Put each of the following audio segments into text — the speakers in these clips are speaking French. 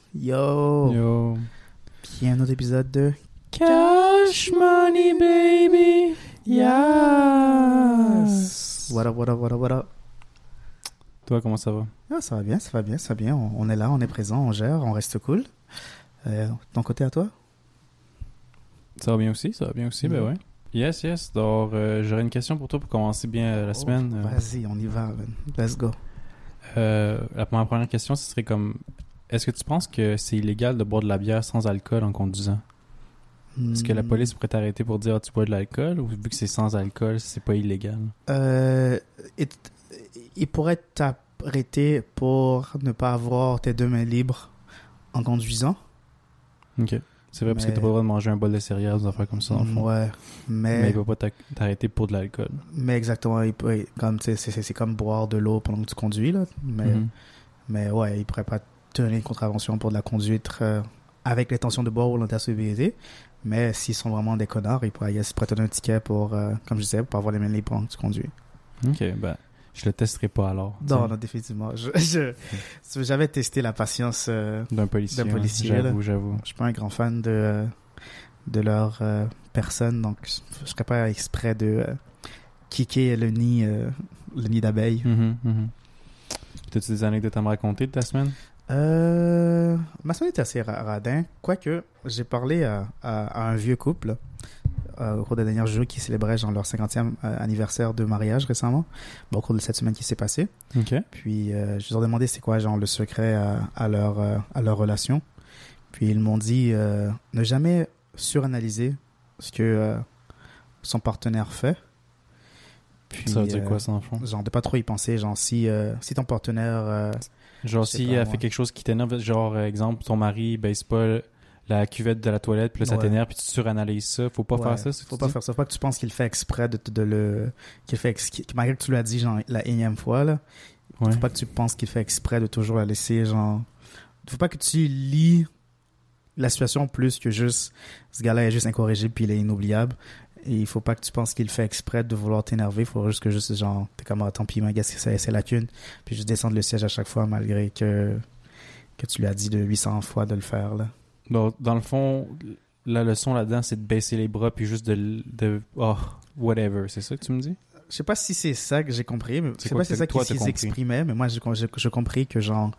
Yo! Yo. Puis un autre épisode de Cash Money Baby. Yes. What up, what up, what up, what up? Toi, comment ça va? Ah, ça va bien, ça va bien, ça va bien. On est là, on est présent, on gère, on reste cool. Ton côté à toi? Ça va bien aussi, ben ouais. Yes. Donc, j'aurais une question pour toi pour commencer bien la semaine. Vas-y, on y va, man. Let's go. Ma première question, ce serait comme... Est-ce que tu penses que c'est illégal de boire de la bière sans alcool en conduisant? Est-ce que la police pourrait t'arrêter pour dire tu bois de l'alcool, ou vu que c'est sans alcool, c'est pas illégal? Il pourrait t'arrêter pour ne pas avoir tes deux mains libres en conduisant. Ok. C'est vrai, parce que t'as pas le droit de manger un bol de céréales, des affaires comme ça, dans le fond. Ouais, mais il va pas t'arrêter pour de l'alcool. Mais exactement, c'est comme boire de l'eau pendant que tu conduis, là. Mais ouais, il pourrait pas te donner une contravention pour de la conduite avec l'intention de boire ou l'intersobriété. Mais s'ils sont vraiment des connards, ils pourraient te donner un ticket pour, comme je disais, pour avoir les mains libres pendant que tu conduis. Ok, ben, je le testerai pas alors. Non, définitivement. J'avais testé la patience d'un policier. J'avoue. Je suis pas un grand fan de leur personne, donc je serais pas exprès de kicker le nid d'abeilles. T'as-tu des anecdotes à me raconter de ta semaine? Ma semaine était assez radin. Quoique, j'ai parlé à un vieux couple au cours des derniers jours qui célébraient genre leur 50e anniversaire de mariage récemment, au cours de cette semaine qui s'est passée. Okay. Puis je leur ai demandé c'est quoi genre le secret à leur relation. Puis ils m'ont dit ne jamais suranalyser ce que son partenaire fait. Puis, ça veut dire quoi ça en fond? Genre de pas trop y penser, genre si ton partenaire genre s'il a fait quelque chose qui t'énerve, genre exemple ton mari baisse pas la cuvette de la toilette, puis là ça t'énerve, puis tu suranalyses ça, faut pas faire ça. Faut pas faire ça, faut pas que tu penses qu'il fait exprès malgré que tu l'as dit genre la énième fois là. Faut pas que tu penses qu'il fait exprès de toujours la laisser genre. Faut pas que tu lis la situation plus que juste ce gars-là est juste incorrigible puis il est inoubliable. Et il faut pas que tu penses qu'il fait exprès de vouloir t'énerver. Il faut juste que genre t'es comme tant pis, mais qu'est-ce que c'est lacune, puis juste descendre le siège à chaque fois malgré que tu lui as dit de 800 fois de le faire là. Donc, dans le fond, la leçon là-dedans, c'est de baisser les bras puis juste de whatever. C'est ça que tu me dis? Je sais pas si c'est ça que j'ai compris, mais je sais pas si c'est ça qu'ils exprimaient, mais moi j'ai compris que genre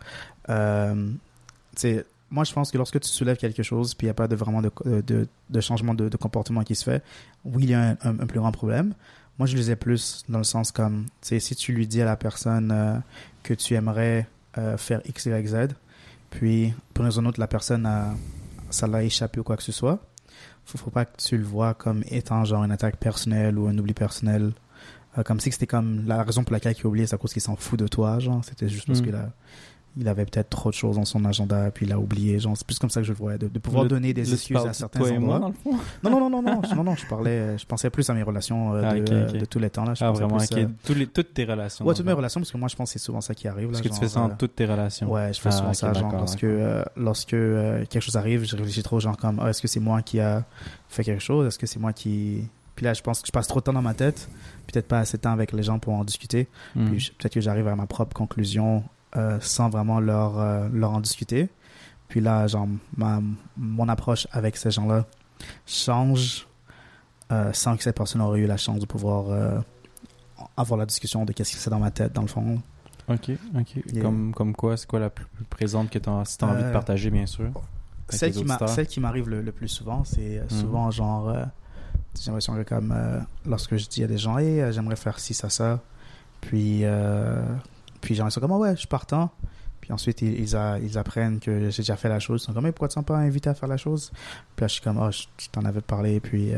moi je pense que lorsque tu soulèves quelque chose puis il n'y a pas vraiment de changement de comportement qui se fait, oui il y a un plus grand problème. Moi je le disais plus dans le sens comme si tu lui dis à la personne que tu aimerais faire X, Y, Z, puis pour une raison ou autre la personne ça l'a échappé ou quoi que ce soit, faut pas que tu le vois comme étant genre une attaque personnelle ou un oubli personnel, comme si c'était comme la raison pour laquelle il a oublié, c'est à cause qu'il s'en fout de toi, genre c'était juste parce qu'il avait peut-être trop de choses dans son agenda puis il a oublié, genre c'est plus comme ça que je le voyais, de pouvoir donner des excuses à certains endroits. Moi, dans le fond? Non, je pensais plus à mes relations de tous les temps là. Vraiment, toutes tes relations. Ouais, toutes mes relations, parce que moi je pense que c'est souvent ça qui arrive là. Parce que tu fais ça dans toutes tes relations. Ouais, je fais souvent ça, genre lorsque quelque chose arrive, je réfléchis trop genre comme est-ce que c'est moi qui a fait quelque chose, est-ce que c'est moi qui... Puis là, je pense que je passe trop de temps dans ma tête, peut-être pas assez de temps avec les gens pour en discuter, puis peut-être que j'arrive à ma propre conclusion sans vraiment leur en discuter. Puis là, genre, mon approche avec ces gens-là change sans que cette personne aurait eu la chance de pouvoir avoir la discussion de qu'est-ce que c'est dans ma tête, dans le fond. OK. Yeah. Comme quoi, c'est quoi la plus présente que si tu as envie de partager, bien sûr? Celle qui m'arrive le plus souvent, c'est souvent genre... j'ai l'impression que comme lorsque je dis à des gens hey, j'aimerais faire ci, ça, puis genre ils sont comme ouais, je suis partant, puis ensuite ils apprennent que j'ai déjà fait la chose, ils sont comme hey, pourquoi tu ne m'as pas invité à faire la chose, puis là je suis comme je t'en avais parlé, puis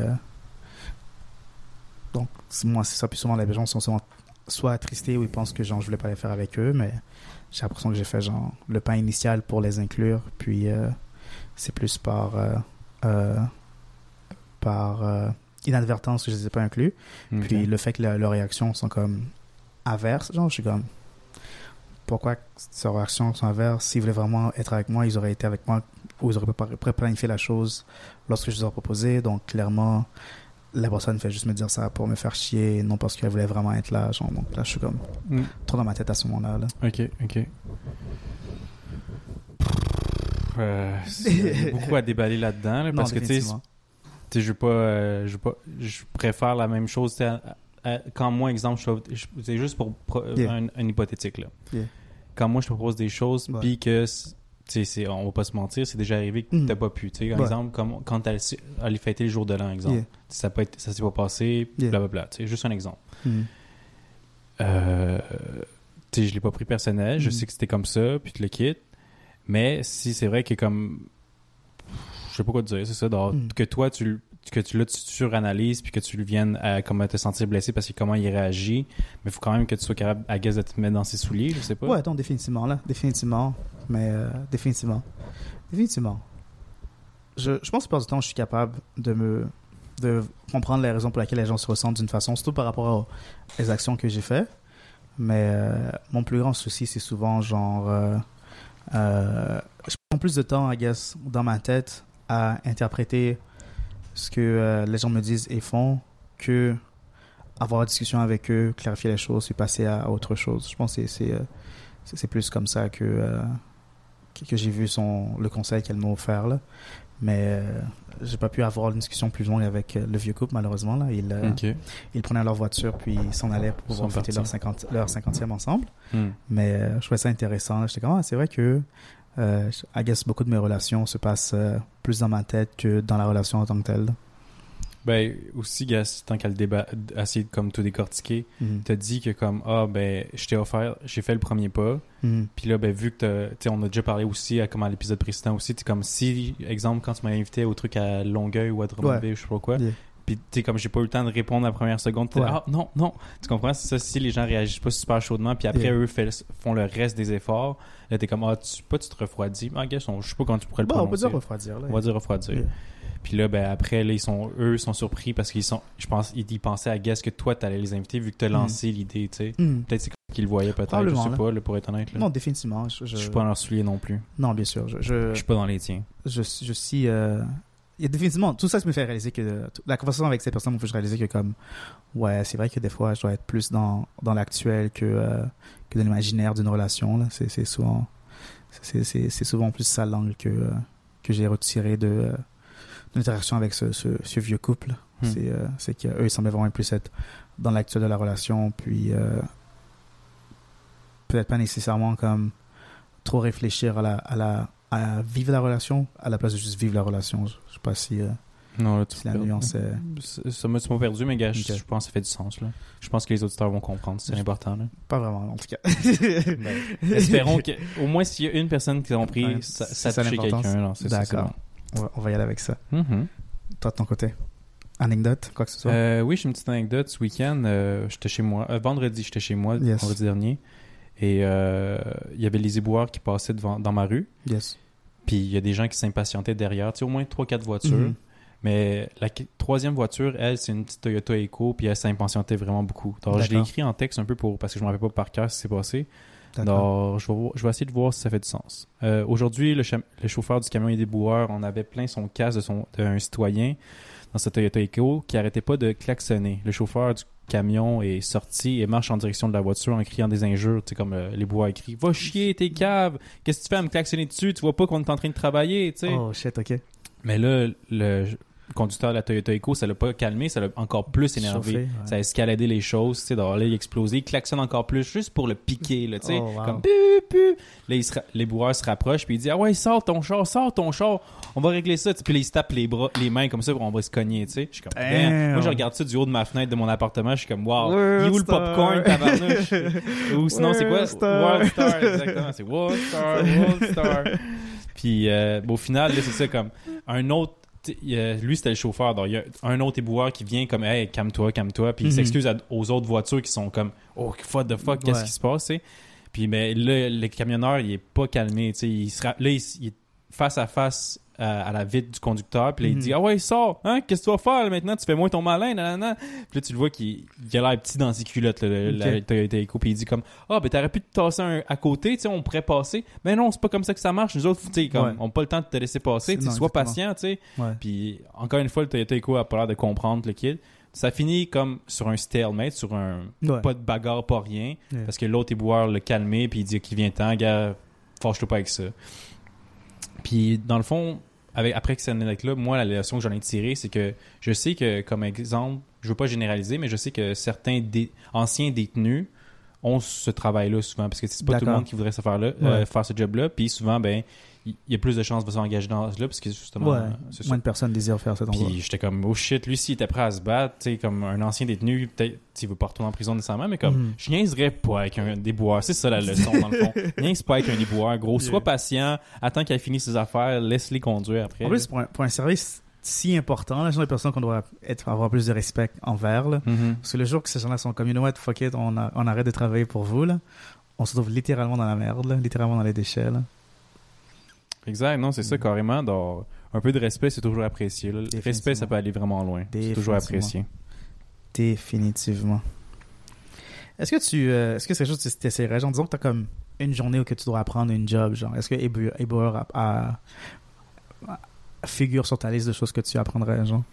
donc moi c'est ça, puis souvent les gens sont souvent soit attristés ou ils pensent que genre je voulais pas les faire avec eux, mais j'ai l'impression que j'ai fait genre le pas initial pour les inclure, puis c'est plus par inadvertance que je les ai pas inclus. Okay. Puis le fait que leurs réactions sont comme averses, genre je suis comme pourquoi ces réactions sont averses? S'ils voulaient vraiment être avec moi, ils auraient été avec moi ou ils auraient planifié la chose lorsque je les ai proposé. Donc clairement la personne fait juste me dire ça pour me faire chier, non parce qu'elle voulait vraiment être là, genre. Donc là je suis comme trop dans ma tête à ce moment-là là. Ok. C'est beaucoup à déballer là-dedans, là, Non, parce que, tu sais, je préfère la même chose, quand moi, exemple, c'est juste pour un hypothétique, là. Yeah. Quand moi, je te propose des choses, Ouais. puis que, tu sais, on va pas se mentir, c'est déjà arrivé que t'as pas pu, tu sais, par exemple, comme quand t'as allé fêter le jour de l'an, exemple. Yeah. Ça s'est pas passé, Yeah. blablabla, tu sais, juste un exemple. Mm. Tu sais, je l'ai pas pris personnel, je sais que c'était comme ça, puis tu le quittes, mais si c'est vrai que comme, je sais pas quoi te dire, c'est ça, que toi, tu suranalyses puis que tu le viennes à comment te sentir blessé parce que comment il réagit, mais il faut quand même que tu sois capable à guess de te mettre dans ses souliers, je sais pas. Ouais, non, définitivement, là. Définitivement. Mais définitivement. Définitivement. Je pense que la plupart du temps, je suis capable de comprendre les raisons pour lesquelles les gens se ressentent d'une façon, surtout par rapport aux actions que j'ai faites. Mais mon plus grand souci, c'est souvent genre... je prends plus de temps, I guess, dans ma tête à interpréter ce que les gens me disent et font que avoir une discussion avec eux, clarifier les choses puis passer à autre chose. Je pense que c'est plus comme ça que j'ai vu le conseil qu'elle m'a offert là. Mais j'ai pas pu avoir une discussion plus longue avec le vieux couple malheureusement là. Ils prenaient leur voiture puis ils s'en allaient pour pouvoir fêter leur 50e ensemble. Mais je trouvais ça intéressant là. J'étais comme c'est vrai que I guess beaucoup de mes relations se passent plus dans ma tête que dans la relation en tant que telle. Ben, aussi, Gas, tant qu'à le débat, essayer de comme tout décortiquer, t'as dit que comme, je t'ai offert, j'ai fait le premier pas, puis là, ben, vu que on a déjà parlé aussi, à l'épisode précédent aussi, t'es comme si, exemple, quand tu m'as invité au truc à Longueuil ou à Drummondville, je sais pas quoi, puis t'es comme, j'ai pas eu le temps de répondre la première seconde, non, tu comprends, c'est ça, si les gens réagissent pas super chaudement, puis après, eux font le reste des efforts, là, t'es comme, tu te refroidis, Gas, je sais pas quand tu pourrais le prononcer. On peut dire refroidir, là. On va dire refroidir. Yeah. Puis là, ben après, là, eux sont surpris parce qu'ils pensaient à guess que toi, t'allais les inviter vu que t'as lancé l'idée, tu sais. Peut-être c'est comme qu'ils le voyaient, peut-être. Je sais pas, là, pour être honnête. Là. Non, définitivement. Je suis pas dans leur soulier non plus. Non, bien sûr. Je suis pas dans les tiens. Je suis... Il y a définitivement... Tout ça, ça me fait réaliser que... La conversation avec ces personnes me fait réaliser que comme... Ouais, c'est vrai que des fois, je dois être plus dans l'actuel que dans l'imaginaire d'une relation. Là. C'est souvent... C'est souvent plus ça l'angle que j'ai retiré de... l'interaction avec ce vieux couple. C'est qu'eux, ils semblaient vraiment plus être dans l'actuel de la relation, puis peut-être pas nécessairement comme trop réfléchir à vivre la relation à la place de juste vivre la relation. Je sais pas si, non, là, si la nuance est... Ça m'a perdu, mais gars, je pense que ça fait du sens. Là. Je pense que les auditeurs vont comprendre, c'est important. Là. Pas vraiment, en tout cas. Espérons qu'au moins s'il y a une personne qui a compris, ça a touché quelqu'un. D'accord. On va y aller avec ça. Toi, de ton côté, anecdote, quoi que ce soit? Oui, j'ai une petite anecdote. Ce week-end, j'étais chez moi. Vendredi, j'étais chez moi, vendredi dernier. Et il y avait les éboueurs qui passaient dans ma rue. Yes. Puis il y a des gens qui s'impatientaient derrière. Tu sais, au moins 3-4 voitures. Mais la troisième voiture, elle, c'est une petite Toyota Echo. Puis elle s'impatientait vraiment beaucoup. Alors, je l'ai écrit en texte un peu parce que je ne me rappelle pas par cœur ce qui s'est passé. Alors, je vais essayer de voir si ça fait du sens. Aujourd'hui, le chauffeur du camion et des boueurs, on avait plein son casque d'un citoyen dans sa Toyota Echo qui arrêtait pas de klaxonner. Le chauffeur du camion est sorti et marche en direction de la voiture en criant des injures, tu sais, comme les boueurs écrits « Va chier, t'es cave! Qu'est-ce que tu fais à me klaxonner dessus? Tu vois pas qu'on est en train de travailler? » tu sais. Oh shit, ok. Mais là, le conducteur de la Toyota Echo, ça l'a pas calmé, ça l'a encore plus énervé. Chauffé, ouais. Ça a escaladé les choses, tu sais, là, il a explosé, il klaxonne encore plus, juste pour le piquer, là, tu sais, comme pu. Là, les boueurs se rapprochent, puis il dit « Ah ouais, sors ton char, on va régler ça. » Puis là, il se tape les mains comme ça, on va se cogner, tu sais. Je suis comme moi, je regarde ça du haut de ma fenêtre de mon appartement, je suis comme « Wow, il est où le popcorn, tabarnouche? » Ou sinon, c'est quoi? World Star, exactement, c'est World Star. Puis au final, là, c'est ça, comme un autre. Lui, c'était le chauffeur. Donc, il y a un autre éboueur qui vient comme « Hey, calme-toi. » Puis il s'excuse aux autres voitures qui sont comme « Oh, what the fuck, qu'est-ce qui se passe? » Puis mais là, le camionneur, il est pas calmé. Il est face à face à la vitre du conducteur. Puis là, il dit « Ah ouais, sors! Hein? Qu'est-ce que tu vas faire là, maintenant? Tu fais moins ton malin. » Nanana. Puis là, tu le vois qu'il a l'air petit dans ses culottes, la Toyota Echo. Puis il dit comme « Ah, ben t'aurais pu te tasser à côté, on pourrait passer. » Mais non, c'est pas comme ça que ça marche. Nous autres, comme, on n'a pas le temps de te laisser passer. Sois patient. Puis encore une fois, le Toyota Echo a pas l'air de comprendre le kid. Ça finit comme sur un stalemate, sur un pas de bagarre, pas rien. Parce que l'autre éboueur l'a calmé, puis il dit qu'il vient temps, gars, fâche-toi pas avec ça. Puis Puis, dans le fond, après que cette anecdote-là, moi, la leçon que j'en ai tirée, c'est que je sais que, comme exemple, je veux pas généraliser, mais je sais que certains anciens détenus ont ce travail-là souvent, parce que c'est pas tout le monde qui voudrait faire ce job-là, puis souvent, ben, il y a plus de chances de s'engager dans ce là parce que justement, c'est moins de personnes désirent faire cet endroit. Puis j'étais comme, oh shit, lui, s'il était prêt à se battre, tu sais, comme un ancien détenu, peut-être, il veut pas retourner en prison nécessairement, mais comme, je niaiserais pas avec un déboire. C'est ça la leçon, dans le fond. Niaise pas avec un déboire, gros. Sois patient, attends qu'il ait fini ses affaires, laisse-les conduire après. En plus, pour un service si important, là, genre des personnes qu'on doit avoir plus de respect envers, là. Parce que le jour que ces gens-là sont comme, you know what, fuck it, on arrête de travailler pour vous, là, on se trouve littéralement dans la merde, là, littéralement dans les déchets, là. Exact, non, c'est ça, carrément. Donc, un peu de respect, c'est toujours apprécié. Le respect, ça peut aller vraiment loin. C'est toujours apprécié. Définitivement. Est-ce que c'est quelque chose que tu essaierais? Genre, disons que tu as comme une journée où que tu dois apprendre une job, genre, est-ce que Eber figure sur ta liste de choses que tu apprendrais, genre?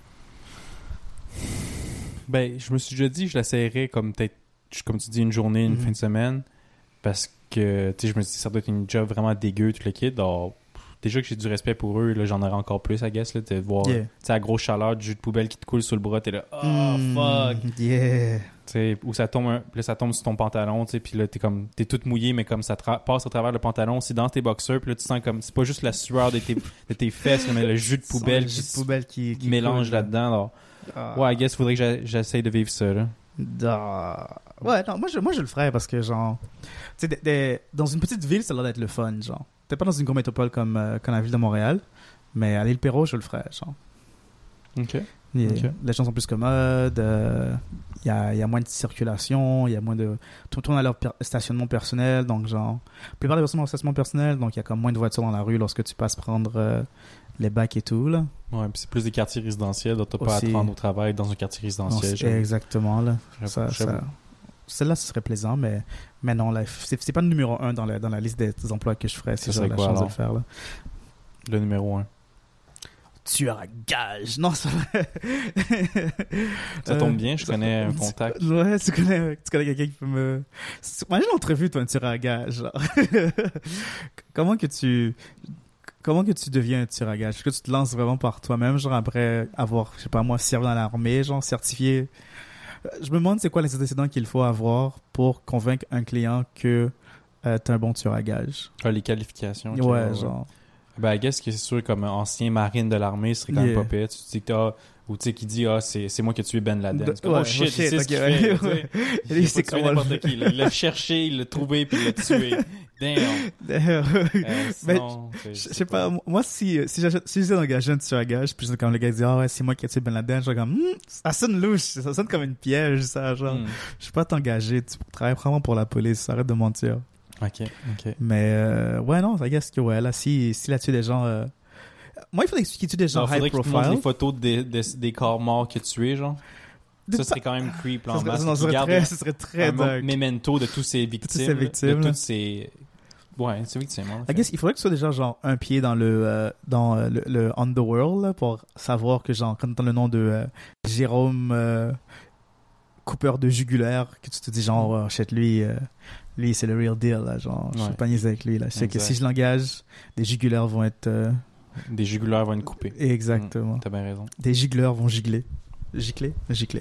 Ben, je me suis déjà dit, je l'essayerais comme peut-être, comme tu dis, une journée, une fin de semaine, parce que, tu sais, je me suis dit, ça doit être une job vraiment dégueu, tout le kit. Donc, déjà que j'ai du respect pour eux, là, j'en aurais encore plus, I guess, là, de voir, tu sais, la grosse chaleur du jus de poubelle qui te coule sur le bras, t'es là, oh, fuck! Yeah! Tu sais, où ça tombe, là, ça tombe sur ton pantalon, tu sais, puis là, t'es tout mouillé, mais comme ça passe au travers le pantalon, c'est dans tes boxers, puis là, tu sens comme, c'est pas juste la sueur de tes fesses, mais le jus de poubelle qui mélange coule, là-dedans, alors. Ouais, I guess, faudrait que j'essaye de vivre ça, là. Ouais, non, moi je le ferais parce que, genre, tu sais, dans une petite ville, ça a l'air d'être le fun, genre. Peut-être pas dans une grande métropole comme la ville de Montréal, mais à l'île Perrault, je le ferais, genre. OK. Les gens sont plus commodes, il y a moins de circulation, il y a moins de... Tout le monde a leur stationnement personnel, donc, genre, la plupart des personnes ont leur stationnement personnel, donc il y a comme moins de voitures dans la rue lorsque tu passes prendre les bacs et tout, là. Ouais, puis c'est plus des quartiers résidentiels, donc t'as pas à te rendre au travail dans un quartier résidentiel. Non, exactement, là. Celle-là, ce serait plaisant, mais non, là, c'est pas le numéro 1 dans la liste des emplois que je ferais si j'avais la chance de le faire, là. Le numéro 1. Tueur à gage. Non, ça ça tombe bien, je connais un contact. Ouais, tu connais quelqu'un qui peut me... Imagine l'entrevue, toi, un tueur à gage, genre. Comment que tu deviens un tueur à gage? Est-ce que tu te lances vraiment par toi-même, genre après avoir, je sais pas moi, servi dans l'armée, genre certifié? Je me demande c'est quoi les antécédents qu'il faut avoir pour convaincre un client que t'es un bon tueur à gage. Ah, les qualifications. Ouais, genre... Ben, I guess que c'est sûr, comme ancien marine de l'armée, ce serait quand même pas pire. Tu dis que ou tu sais, qui dit, c'est moi qui ai tué Ben Laden. C'est comme, oh shit, c'est ce qu'il fait. Il pas tué n'importe qui. Il l'a cherché, il l'a trouvé, puis il l'a tué. Damn. Sinon, je sais pas, moi, si j'essaie d'engager un tueur à gage, puis comme le gars dit, ouais, c'est moi qui ai tué Ben Laden, je suis comme, ça sonne louche, ça sonne comme une piège, ça, genre. Je suis pas t'engager, tu travailles vraiment pour la police, arrête de mentir. OK. Mais, ouais, non, I guess que, ouais, là, si là-dessus des gens, moi, il faudrait qu'il tue des gens high profile. Il faudrait qu'il te montre les photos des corps morts que tu es, genre. Ça serait quand même creep, là, en masse. Ce serait très dark. Memento de tous ces victimes. De toutes ces... Ouais, c'est victime. I guess, il faudrait que tu sois déjà, genre, un pied dans le Underworld, là, pour savoir que, genre, quand tu entends le nom de Jérôme coupeur de jugulaire, que tu te dis, genre, achète lui, c'est le real deal, là, genre, je suis pas niaisé avec lui, là. Je sais que si je l'engage, des jugulaires vont être... Des jugulaires vont être coupés. Exactement. T'as bien raison. Des gigoleurs vont gicler. Gicler.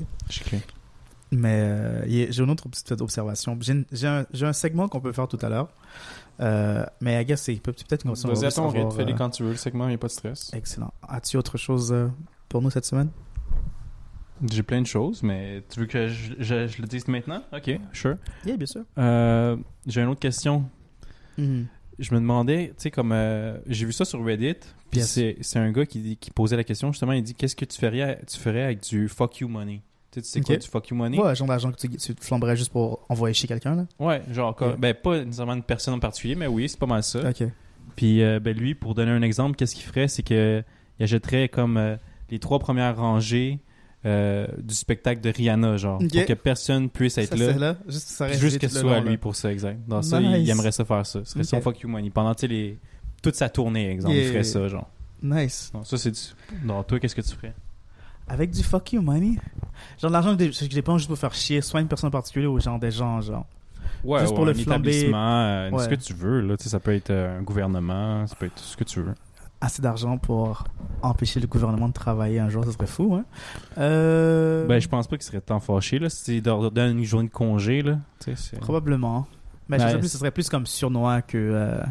Mais j'ai une autre petite observation. J'ai un segment qu'on peut faire tout à l'heure. Mais I guess c'est peut-être une conversation. Vas-y, attends, fais-les quand tu veux. Le segment, il n'y a pas de stress. Excellent. As-tu autre chose pour nous cette semaine? J'ai plein de choses, mais tu veux que je le dise maintenant? OK, sure. Yeah, bien sûr. J'ai une autre question. Je me demandais, tu sais, comme j'ai vu ça sur Reddit, puis c'est un gars qui posait la question, justement, il dit, qu'est-ce que tu ferais avec du fuck you money? Tu sais quoi, du fuck you money? Ouais, genre d'argent que tu flamberais juste pour envoyer chez quelqu'un, là? Ouais, genre, ben pas nécessairement une personne en particulier, mais oui, c'est pas mal ça. OK. Puis, ben lui, pour donner un exemple, qu'est-ce qu'il ferait? C'est qu'il achèterait comme les 3 premières rangées du spectacle de Rihanna, genre, pour que personne puisse être là. Juste que ce soit à lui pour ça, exact. Dans ça, il aimerait ça faire ça. Ce serait son fuck you money. Pendant, tu sais, toute sa tournée, exemple, il ferait ça, genre. Nice. Non, ça, c'est du... Non, toi, qu'est-ce que tu ferais? Avec du fuck you money? Genre, l'argent que je dépense juste pour faire chier soit une personne en particulier ou genre des gens, genre. Ouais, juste pour le flamber. Établissement, ce que tu veux, là. Tu sais, ça peut être un gouvernement, ça peut être ce que tu veux. assez d'argent pour empêcher le gouvernement de travailler un jour, ça serait fou, hein. Ben, je pense pas qu'il serait tant fâché, là. Si tu leur donnes une journée de congé, là. Probablement. Mais je sais plus, ce serait plus comme surnois que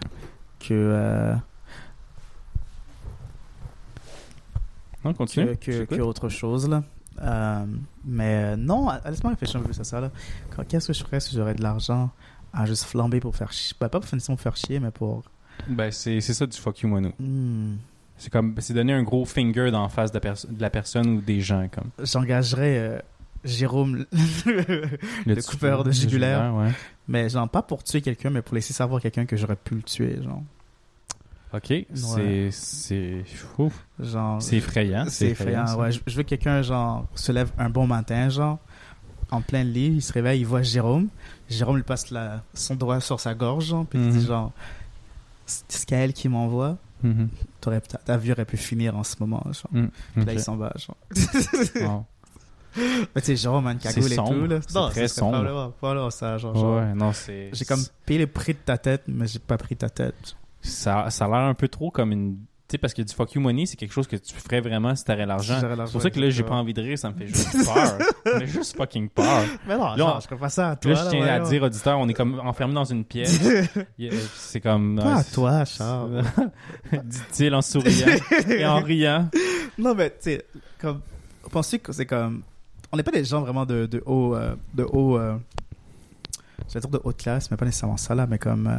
Non, continue. que autre chose, là. Mais non, laisse-moi réfléchir un peu à ça, là. Qu'est-ce que je ferais si j'aurais de l'argent à juste flamber pour faire chier? Pas pour faire chier, mais pour... Ben, c'est ça du fuck you mono. Hmm. C'est donner un gros finger dans la face de la personne ou des gens, comme. J'engagerais Jérôme, le coupeur de jugulaire. Ouais. Mais genre, pas pour tuer quelqu'un, mais pour laisser savoir quelqu'un que j'aurais pu le tuer, genre. Ok, Ouais. c'est fou. Genre, C'est effrayant. c'est effrayant, ça. ouais. Je veux que quelqu'un, genre, se lève un bon matin, genre, en plein lit, il se réveille, il voit Jérôme. Jérôme lui passe son doigt sur sa gorge, genre, puis il dit, genre, c'est Kael qui m'envoie. Mhm. Ta vie aurait pu finir en ce moment, genre. Puis là, il s'en va, genre. Wow. Mais tu sais, Jérôme a une cagoule et sombre. tout, là. C'est Non, très serait sombre. probablement ça, genre. Ouais, non, c'est... J'ai comme payé le prix de ta tête, mais j'ai pas pris ta tête. Ça a l'air un peu trop comme une... Tu sais, parce que du fuck you money, c'est quelque chose que tu ferais vraiment si t'aurais l'argent. Si j'aurais l'argent, C'est pour ça que là, j'ai pas envie de rire, ça me fait juste peur. On a juste fucking peur. Mais non, Là, genre, je ferais pas ça à toi. Là, je tiens à dire, auditeur, on est comme enfermé dans une pièce. C'est comme... Pas à toi, Charles. dit-il en souriant et en riant. Non, mais tu sais, comme... Pensez que c'est comme... On n'est pas des gens vraiment de haut... je vais dire de haute classe, mais pas nécessairement ça, là, mais comme...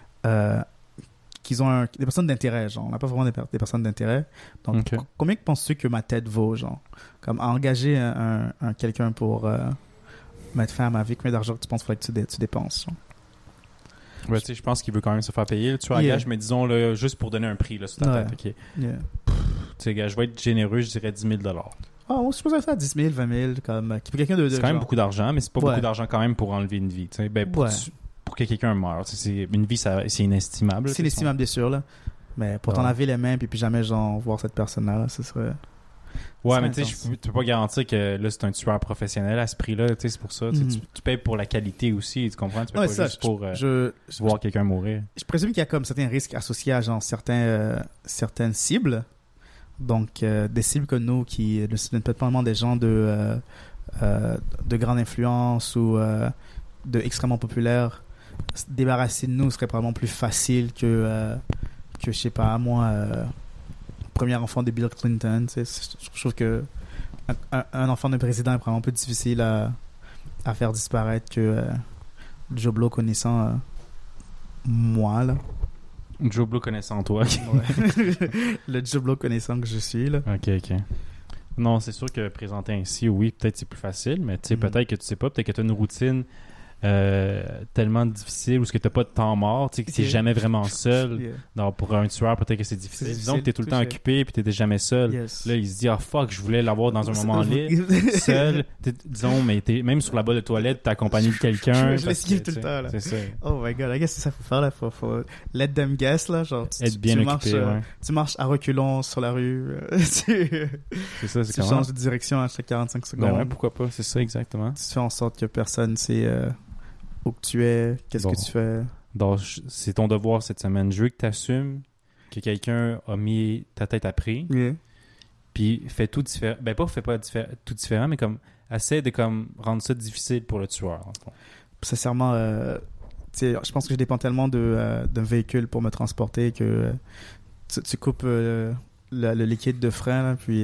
qu'ils ont des personnes d'intérêt, genre. On n'a pas vraiment des personnes d'intérêt. Donc, Okay. combien que penses-tu que ma tête vaut, genre? Comme engager quelqu'un pour mettre fin à ma vie, combien d'argent tu penses qu'il faudrait que tu dépenses, genre? Ouais, tu sais, je pense qu'il veut quand même se faire payer. Tu engages, mais disons, là, juste pour donner un prix là, sur ta tête. OK. Yeah. Tu sais, gars, je vais être généreux, je dirais 10 000 $. Ah, on se pose ça à 10 000, 20 000, comme... Pour quelqu'un de C'est quand même genre... beaucoup d'argent, mais c'est pas Ouais. beaucoup d'argent quand même pour enlever une vie. Tu sais. Ben, pour que quelqu'un meure. Tu sais, une vie, c'est inestimable. C'est inestimable, bien sûr, là. Mais pour t'en laver les mains, puis jamais, genre, voir cette personne-là, là, ce serait... Ouais, mais tu sais, tu peux pas garantir que là, c'est un tueur professionnel à ce prix-là. Tu sais, c'est pour ça. Tu payes pour la qualité aussi, tu comprends? Tu payes pas juste pour voir quelqu'un mourir. Je présume qu'il y a comme certains risques associés à, genre, certaines cibles. Donc, des cibles comme nous qui ne sont peut-être pas vraiment des gens de grande influence ou de extrêmement populaires. Se débarrasser de nous serait probablement plus facile que je sais pas, moi, premier enfant de Bill Clinton. Tu sais, je trouve que un enfant de président est probablement plus difficile à faire disparaître que Joe Blow connaissant moi, là. Joe Blow connaissant toi. Ouais. Le Joe Blow connaissant que je suis, là. OK. Non, c'est sûr que présenter ainsi, oui, peut-être c'est plus facile, mais tu sais, peut-être que tu sais pas, peut-être que tu as une routine tellement difficile ou ce que t'as pas de temps mort, tu sais, que t'es jamais vraiment seul. Yeah. Donc, pour un tueur, peut-être que c'est difficile. C'est Disons que t'es tout le temps touché. occupé puis t'es jamais seul. Yes. Là, il se dit, ah fuck, je voulais l'avoir dans un moment libre, seul. Disons, mais t'es même sur la boîte de toilette, t'es accompagné de quelqu'un. Je parce l'esquive que, tout le temps, là. C'est ça. Oh my god, I guess c'est ça qu'il faut faire, là. Faut let them guess, là. Genre, Être bien occupé, ouais. Tu marches à reculons sur la rue. C'est ça, c'est Tu comment? changes de direction à chaque 45 secondes. Ben ouais, pourquoi pas, c'est ça exactement. Tu fais en sorte que personne sait où que tu es, qu'est-ce Bon. que tu fais. Donc, c'est ton devoir cette semaine. Je veux que tu assumes que quelqu'un a mis ta tête à prix, Yeah. puis fais tout différent. Ben, fais pas tout différent, mais comme, essaie de comme rendre ça difficile pour le tueur. En fond. Sincèrement, tu sais, je pense que je dépends tellement d'un véhicule pour me transporter que tu coupes le liquide de frein, là, puis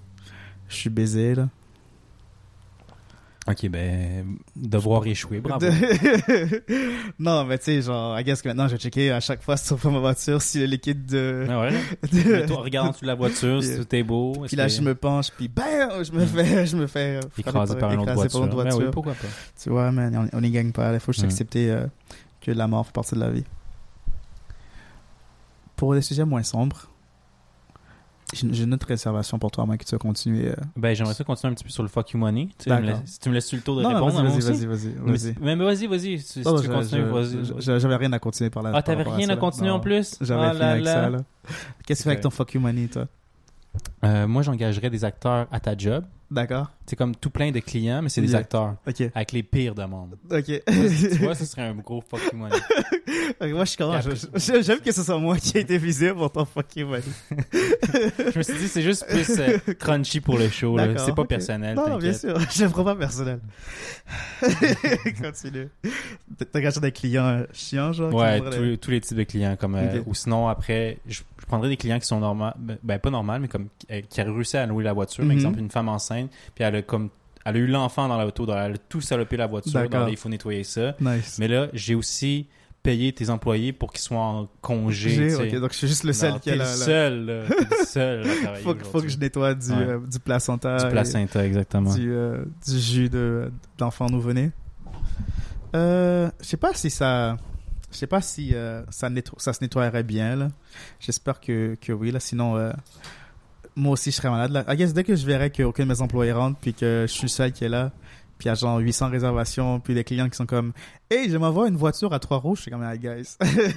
je suis baisé, là. Ok, ben, devoir échouer, bravo. Non, mais tu sais, genre, I guess que maintenant, je vais checker à chaque fois sur ma voiture si le liquide de... Ah ouais, mais toi, regarde en dessous de la voiture, si tout est beau. Puis là, je me penche, puis bam, je me fais écrasé par une autre voiture. Ben oui, pourquoi pas. Tu vois, man, on n'y gagne pas. Il faut juste accepter que la mort fait partie de la vie. Pour des sujets moins sombres, j'ai une autre réservation pour toi, à moins que tu vas continuer. Ben, j'aimerais ça continuer un petit peu sur le fuck you money. Si tu me laisses sur le tour de non, répondre, vas-y. Mais vas-y. Si tu veux continuer, vas-y. J'avais rien à continuer par là. Ah, t'avais rien à continuer en plus? J'avais fini avec ça, là. Qu'est-ce que tu fais avec ton fuck you money, toi? Moi, j'engagerais des acteurs à ta job. D'accord. C'est comme tout plein de clients, mais c'est des Yeah. acteurs. Ok. Avec les pires demandes. Ok. Tu vois, ce serait un gros fuck you money. Moi, je suis content. J'aime que ce soit moi qui ai été visé pour ton fucking money. Je me suis dit, c'est juste plus crunchy pour le show. Là. D'accord, C'est pas ok. personnel. Non, bien t'inquiète. sûr. Je prends pas personnel. Continue. T'as engagé des clients chiants, genre? Ouais, qui voudraient- tous les types de clients. Comme, Ok. ou sinon, après, je prendrais des clients qui sont normaux. Ben, pas normaux, mais comme qui a réussi à louer la voiture. Par Mhm. exemple, une femme enceinte, puis elle a eu l'enfant dans l'auto, elle a tout salopé la voiture. D'accord. Il faut nettoyer ça. Nice. Mais là, j'ai aussi payé tes employés pour qu'ils soient en congé. tu sais. Ok, donc je suis juste le seul Non, qui a t'es le seul, là. T'es le seul à travailler. Faut que aujourd'hui. je nettoie du placenta. Du placenta, exactement. Du jus d'enfant nouveau-né. Je sais pas si ça se nettoierait bien, là. J'espère que oui, là. Sinon, moi aussi, je serais malade, là. I guess, dès que je verrais qu'aucun de mes employés rentre, puis que je suis le seul qui est là, puis il y a genre 800 réservations, puis des clients qui sont comme « Hey, j'aimerais avoir une voiture à 3 roues. » Je suis comme « Ah, guys. »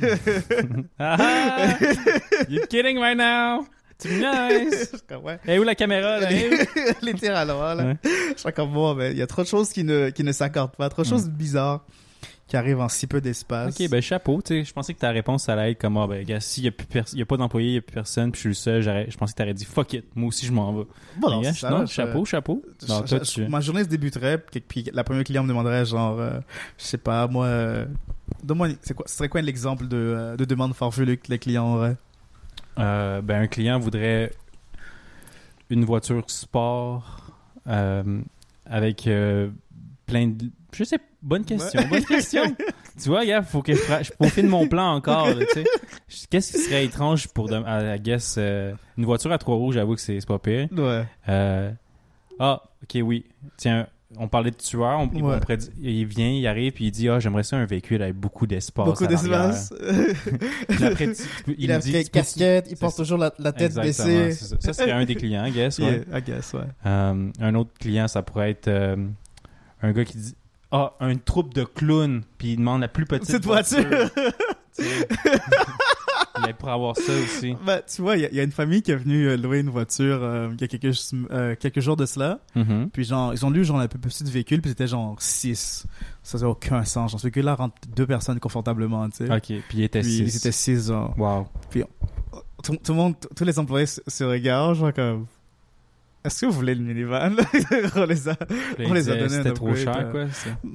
Ah! You kidding right now? Tu me nice! Je suis comme « Ouais. » Hey, où la caméra, là? Hey, où? Littéralement, là. Ouais. Je suis comme bon, mais il y a trop de choses qui ne s'accordent pas, trop de choses bizarres qui arrivent en si peu d'espace. Ok, ben chapeau, tu sais. Je pensais que ta réponse allait être comme, ah, ben, gars, s'il y a pas d'employé, il y a plus personne, puis je suis le seul, je pensais que t'aurais dit, fuck it, moi aussi je m'en vais. Bon, non, Mais, c'est ça, non, là, chapeau. Non, toi, ma journée se débuterait, puis la première client me demanderait genre, je sais pas, moi, donne-moi, ce serait quoi l'exemple de demande farfelue que les clients auraient? Ben, un client voudrait une voiture sport avec plein de... Je sais, bonne question. Tu vois, gars, faut que je peaufine mon plan encore, là, tu sais. Qu'est-ce qui serait étrange pour, I guess, une voiture à 3 roues, j'avoue que c'est pas pire. Ouais. Ok, oui. Tiens, on parlait de tueur, Ouais. il vient, il arrive, puis il dit, j'aimerais ça un véhicule avec beaucoup d'espace. Beaucoup à l'arrière. d'espace. Puis après, Il a une casquette, il porte toujours la tête Exactement, baissée. c'est ça. Ça serait un des clients, I guess, ouais. Yeah, I guess, ouais. Un autre client, ça pourrait être un gars qui dit une troupe de clowns, puis il demande la plus petite Cette voiture. Tu sais. Il pourrait avoir ça aussi. Ben, tu vois, il y a une famille qui est venue louer une voiture il y a quelques jours de cela. Mhm. Puis genre, ils ont lu genre la plus petite véhicule, puis c'était genre 6. Ça n'a aucun sens. Genre, ce véhicule-là rentre 2 personnes confortablement, tu sais. Ok, puis il était Puis 6. ils étaient 6, genre. Wow. Tout le monde, tous les employés se regardent, genre comme... Est-ce que vous voulez le minivan? on les a donné. C'était un trop upgrade, cher, quoi.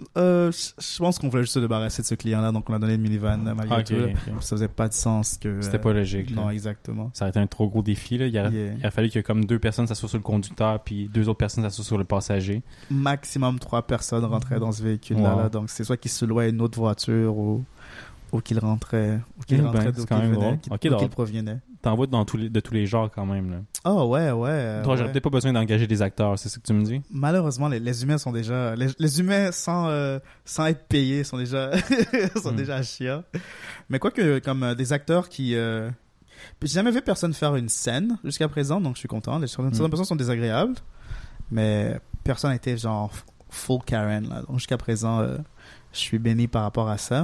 je pense qu'on voulait juste se débarrasser de ce client-là, donc on a donné le minivan malgré Ok, tout. Là. ok. Ça faisait pas de sens que... C'était pas logique. Non, là. exactement. Ça aurait été un trop gros défi. Là. Il aurait fallu que comme 2 personnes s'assoient sur le conducteur, puis 2 autres personnes s'assoient sur le passager. Maximum 3 personnes rentraient dans ce véhicule-là. Wow. Là. Donc c'est soit qu'ils se louaient à une autre voiture ou qu'ils rentraient d'où c'est quand même drôle. Ok, qu'ils drôle. provenaient. T'en vois de tous les genres quand même. Là. Oh ouais. Toi, j'aurais peut-être pas besoin d'engager des acteurs, c'est ça que tu me dis? Malheureusement, les humains sont déjà... Les humains, sans être payés, sont déjà déjà chiants. Mais quoique, comme des acteurs qui... J'ai jamais vu personne faire une scène jusqu'à présent, donc je suis content. Certaines personnes sont désagréables, mais personne n'était genre full Karen. Là. Donc jusqu'à présent, je suis béni par rapport à ça.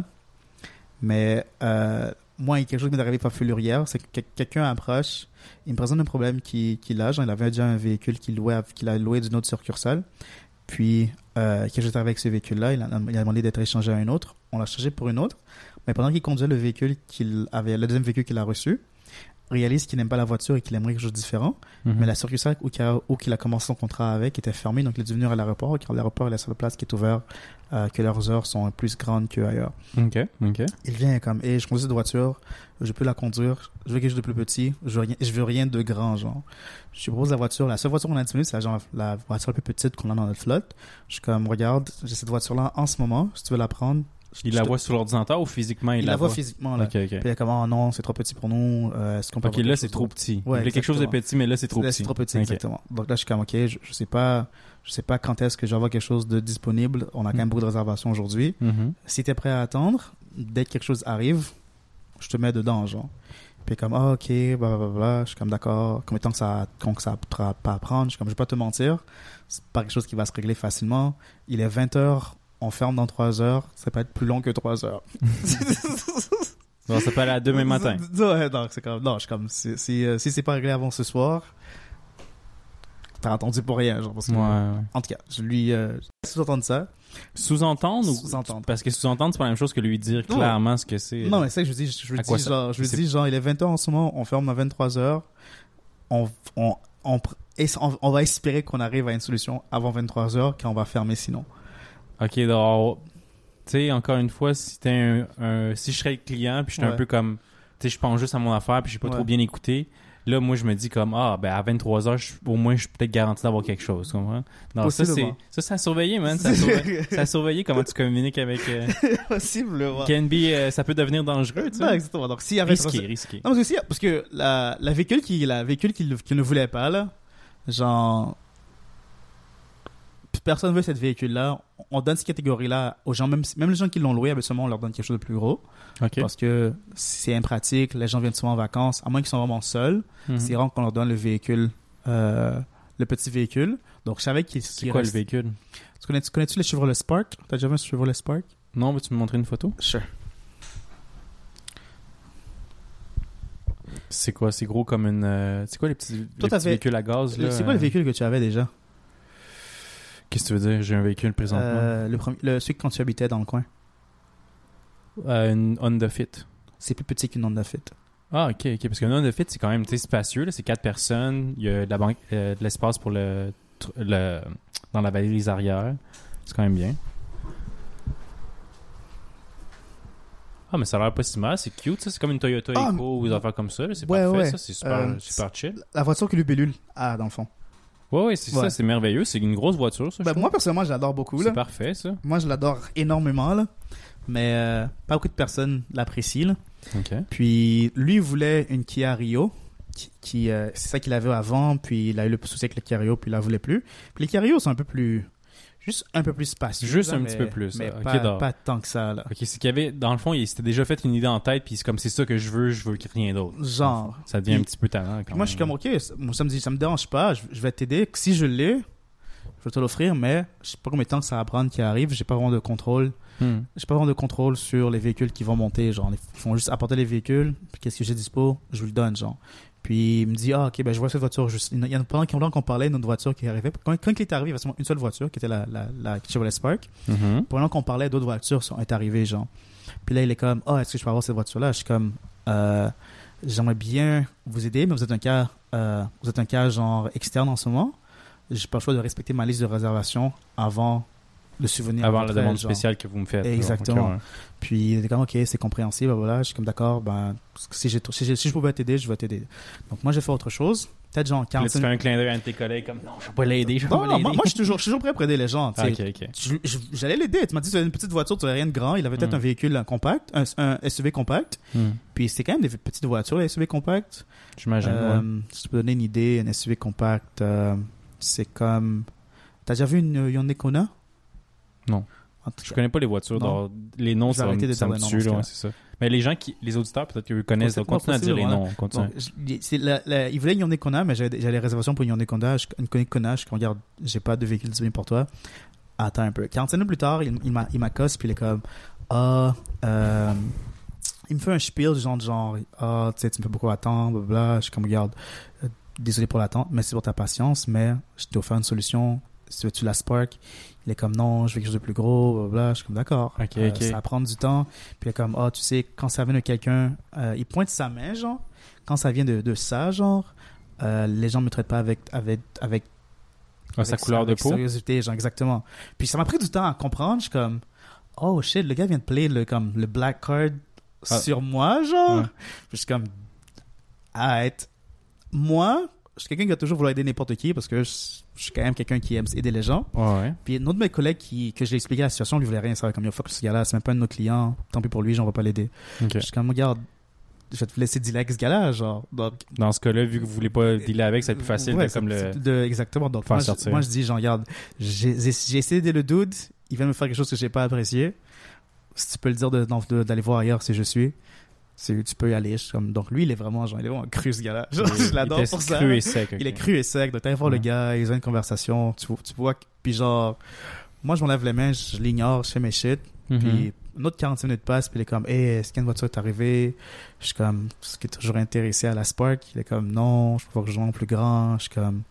Mais moi, il y a quelque chose qui m'est arrivé par hier, c'est que quelqu'un approche, il me présente un problème qu'il a. Genre, il avait déjà un véhicule qu'il a loué d'une autre succursale. Puis, quand j'étais avec ce véhicule-là, il a demandé d'être échangé à un autre. On l'a changé pour une autre. Mais pendant qu'il conduisait le deuxième véhicule qu'il a reçu, réalise qu'il n'aime pas la voiture et qu'il aimerait quelque chose de différent. Mm-hmm. Mais la succursale où qu'il a commencé son contrat avec était fermée, donc il est dû venir à l'aéroport. Car l'aéroport est la seule place qui est ouverte, que leurs heures sont plus grandes qu'ailleurs. Ok. Il vient comme, je conduis cette voiture, je peux la conduire, je veux quelque chose de plus petit, je veux rien de grand, genre. Je lui propose la voiture, la seule voiture qu'on a disponible, c'est la voiture la plus petite qu'on a dans notre flotte. Je suis comme, regarde, j'ai cette voiture-là en ce moment, si tu veux la prendre. Il la voit sur l'ordinateur ou physiquement il la voit physiquement, là. Ok. Puis il est comme, oh non, c'est trop petit pour nous, est-ce qu'on peut Ok, là c'est trop petit. Ouais, il voulait quelque chose de petit, mais là c'est trop petit. C'est trop petit, Ok. exactement. Donc là, je suis comme, ok, je sais pas quand est-ce que je vais avoir quelque chose de disponible. On a quand même beaucoup de réservations aujourd'hui. Mhm. Si t'es prêt à attendre, dès que quelque chose arrive, je te mets dedans, genre. Puis comme, ok, blablabla. Je suis comme, d'accord. Combien de temps que ça pas à prendre? Je suis comme, je vais pas te mentir. C'est pas quelque chose qui va se régler facilement. Il est 20h, on ferme dans 3 heures. Ça peut être plus long que 3 heures. Bon, ça peut aller à demain matin. Ouais, non, c'est comme, non, je suis comme, si c'est pas réglé avant ce soir, t'as entendu pour rien, genre, parce que, Ouais. en tout cas, je lui, sous-entendre ça. Sous-entendre ou... Sous-entendre. Parce que sous-entendre, c'est pas la même chose que lui dire Non. clairement ce que c'est. Non, mais c'est ça que je dis, À quoi je lui dis, genre, il est 20h en ce moment, on ferme à 23h, on va espérer qu'on arrive à une solution avant 23h, quand on va fermer sinon. Ok, donc, tu sais, encore une fois, si t'es si je serais le client, puis j'étais un Ouais. peu comme, tu sais, je pense juste à mon affaire, puis j'ai pas Ouais. trop bien écouté, là, moi, je me dis comme, ah, ben, à 23h, au moins, je suis peut-être garanti d'avoir quelque chose, tu comprends? Non, ça, Possiblement. c'est à surveiller, man. C'est à surveiller comment tu communiques avec, Possiblement. can be, ça peut devenir dangereux, tu Non, sais. exactement. Donc, s'il y avait Risqué. Non, mais aussi, parce que la véhicule qui ne voulait pas, là, genre, personne veut cette véhicule-là. On donne cette catégorie-là aux gens, même les gens qui l'ont loué, habituellement, on leur donne quelque chose de plus gros. Ok. Parce que c'est impratique, les gens viennent souvent en vacances, à moins qu'ils soient vraiment seuls. Mhm. C'est rare qu'on leur donne le véhicule, le petit véhicule. Donc, je savais qu'il C'est quoi le véhicule? Connais-tu les Chevrolet Spark? T'as déjà vu un Chevrolet Spark? Non, veux-tu me montrer une photo? Sure. C'est quoi? C'est gros comme une... c'est quoi les petits véhicules à gaz, là? C'est quoi le véhicule que tu avais déjà? Qu'est-ce que tu veux dire? J'ai un véhicule présentement. Celui que quand tu habitais dans le coin. Une Honda Fit. C'est plus petit qu'une Honda Fit. Ah, ok. Parce qu'une Honda Fit, c'est quand même spacieux. Là. C'est 4 personnes. Il y a de l'espace pour dans la valise arrière. C'est quand même bien. Ah, mais ça a l'air pas si mal. C'est cute, ça. C'est comme une Toyota Eco ou des affaires comme ça. Là. C'est parfait, ouais. ça. C'est super chill. La voiture que Lubellule a, dans le fond. Ouais, c'est ça. C'est merveilleux. C'est une grosse voiture, ça. Moi, personnellement, je l'adore beaucoup. C'est parfait, ça. Moi, je l'adore énormément, là. Mais pas beaucoup de personnes l'apprécient, là. OK. Puis, lui, il voulait une Kia Rio. C'est ça qu'il avait avant. Puis, il a eu le souci avec le Kia Rio. Puis, il la voulait plus. Puis, les Kia Rio sont juste un peu plus spacieux. Juste là, un petit peu plus. Mais Okay, pas tant que ça, là. OK, c'est qu'il y avait... Dans le fond, il s'était déjà fait une idée en tête, puis c'est comme, c'est ça que je veux rien d'autre. Genre. Ça devient un petit peu tannant. Puis moi, je suis comme, OK, moi, ça me dérange pas. Je vais t'aider. Si je l'ai, je vais te l'offrir, mais je sais pas combien de temps que ça va prendre qu'il arrive. J'ai pas vraiment de contrôle. J'ai pas vraiment de contrôle sur les véhicules qui vont monter. Genre, ils font juste apporter les véhicules. Puis qu'est-ce que j'ai dispo, je vous le donne, genre. Puis il me dit, ah, ok, ben je vois cette voiture. Il y en a pendant qu'on parlait d'une voiture qui arrivait. Quand il est arrivé, il y avait seulement une seule voiture qui était la Chevrolet Spark. Pendant qu'on parlait, d'autres voitures sont arrivées, genre. Puis là, il est comme, ah, est-ce que je peux avoir cette voiture-là? Je suis comme, j'aimerais bien vous aider, mais vous êtes un cas genre externe en ce moment. J'ai pas le choix de respecter ma liste de réservation avant le souvenir. Avant la demande spéciale que vous me faites. Exactement. Okay, ouais. Puis il était comme, ok, c'est compréhensible, voilà. Je suis comme, d'accord, ben, si je pouvais t'aider, je vais t'aider. Donc moi, j'ai fait autre chose. Peut-être genre 45... Là, tu fais un clin d'œil à un de tes collègues comme, non, je vais pas l'aider, moi, je suis toujours prêt pour aider les gens. Ok. J'allais l'aider. Tu m'as dit, tu as une petite voiture, tu n'avais rien de grand. Il avait peut-être un véhicule compact, un SUV compact. Puis c'était quand même des petites voitures, les SUV compacts. J'imagine, Si tu peux donner une idée, un SUV compact, c'est comme... T'as déjà vu une Hyundai Kona? Non. Je connais pas les voitures. Donc, les noms, ça me tue, là, c'est ça. Mais les auditeurs, peut-être qu'ils connaissent. Donc, continue à dire les noms. Bon, il voulait une Hyundai Kona, mais j'avais les réservations pour une Hyundai Kona. Une Kona, je regarde, j'ai pas de véhicule disponible pour toi. Attends un peu. 45 minutes plus tard, il m'accoste, puis il est comme, il me fait un spiel du genre, tu sais, tu me fais beaucoup attendre, blablabla. Je suis comme, regarde, désolé pour l'attente, merci pour ta patience, mais je t'ai offert une solution. Si tu veux, tu la Spark. Il est comme, non, je veux quelque chose de plus gros, blablabla. Je suis comme, d'accord. Okay. Ça va prendre du temps. Puis il est comme, tu sais, quand ça vient de quelqu'un, il pointe sa main, genre. Quand ça vient de ça, genre, les gens ne me traitent pas avec sa couleur de peau. Sériosité, genre, exactement. Puis ça m'a pris du temps à comprendre. Je suis comme, oh shit, le gars vient de play le black card sur moi, genre. Ouais. Puis je suis comme, arrête. Moi, je suis quelqu'un qui va toujours vouloir aider n'importe qui parce que je suis quand même quelqu'un qui aime aider les gens. Ouais. Puis un autre de mes collègues que j'ai expliqué la situation, lui voulait rien savoir. Comme, yo, fuck ce gars-là, c'est même pas un de nos clients. Tant pis pour lui, j'en vais pas l'aider. Okay. Je suis comme, regarde, je vais te laisser dealer avec ce gars-là, genre. Donc, dans ce cas-là, vu que vous voulez pas dealer avec, c'est plus facile exactement. Donc, moi, je dis, genre, regarde, j'ai essayé d'aider le dude, il vient me faire quelque chose que j'ai pas apprécié. Si tu peux le dire d'aller voir ailleurs si je suis. Tu peux y aller. Donc lui, il est vraiment cru, ce gars-là. Je l'adore pour ça. Cru et sec, okay. Il est cru et sec. Donc t'allais voir le gars, ils ont une conversation. Tu vois, puis genre, moi je m'enlève les mains, je l'ignore, je fais mes shit. Puis une autre 45 minutes passe, puis il est comme, hey, est-ce qu'une voiture est arrivée? Je suis comme, ce qui est toujours intéressé à la Spark. Il est comme, non, je peux voir que je plus grand. Je suis comme,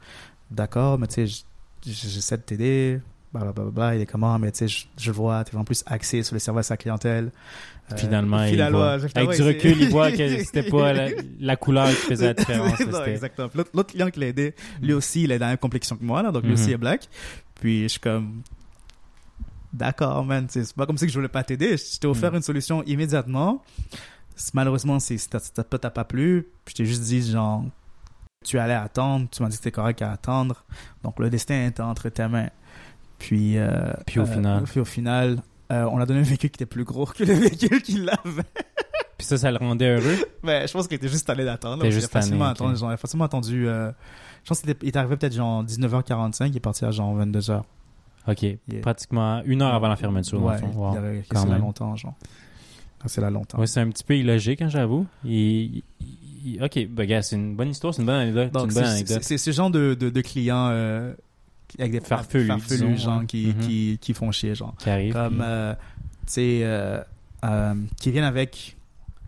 d'accord, mais tu sais, j'essaie de t'aider, blablabla. Il est comment, mais tu sais, je vois, tu es vraiment plus axé sur le service à la clientèle. Finalement, avec du recul, il voit que c'était pas la couleur qui faisait la différence. Non, exactement. L'autre client qui l'a aidé, lui aussi, il est dans la même complexion que moi, là, donc lui aussi est black. Puis je suis comme, d'accord, man, c'est pas comme si que je voulais pas t'aider. Je t'ai offert une solution immédiatement. Malheureusement, t'as pas plu. Puis je t'ai juste dit, genre, tu allais attendre. Tu m'as dit que c'était correct à attendre. Donc le destin était entre tes mains. Puis au final, on a donné un véhicule qui était plus gros que le véhicule qu'il avait. Puis ça le rendait heureux? Ben, je pense qu'il était juste allé d'attendre. Il était facilement attendu. Je pense qu'il est arrivé peut-être genre 19h45. Il est parti à genre 22h. OK. Pratiquement 1 heure avant la fermeture, dans le fond. Wow. C'est là longtemps, genre. C'est là longtemps. Ouais, c'est un petit peu illogique, hein, j'avoue. OK, ben, gars, c'est une bonne histoire, c'est une bonne anecdote. Donc, c'est ce genre de clients avec des farfelus genre, qui font chier, genre. Qui arrivent. Comme, tu sais, qui viennent avec...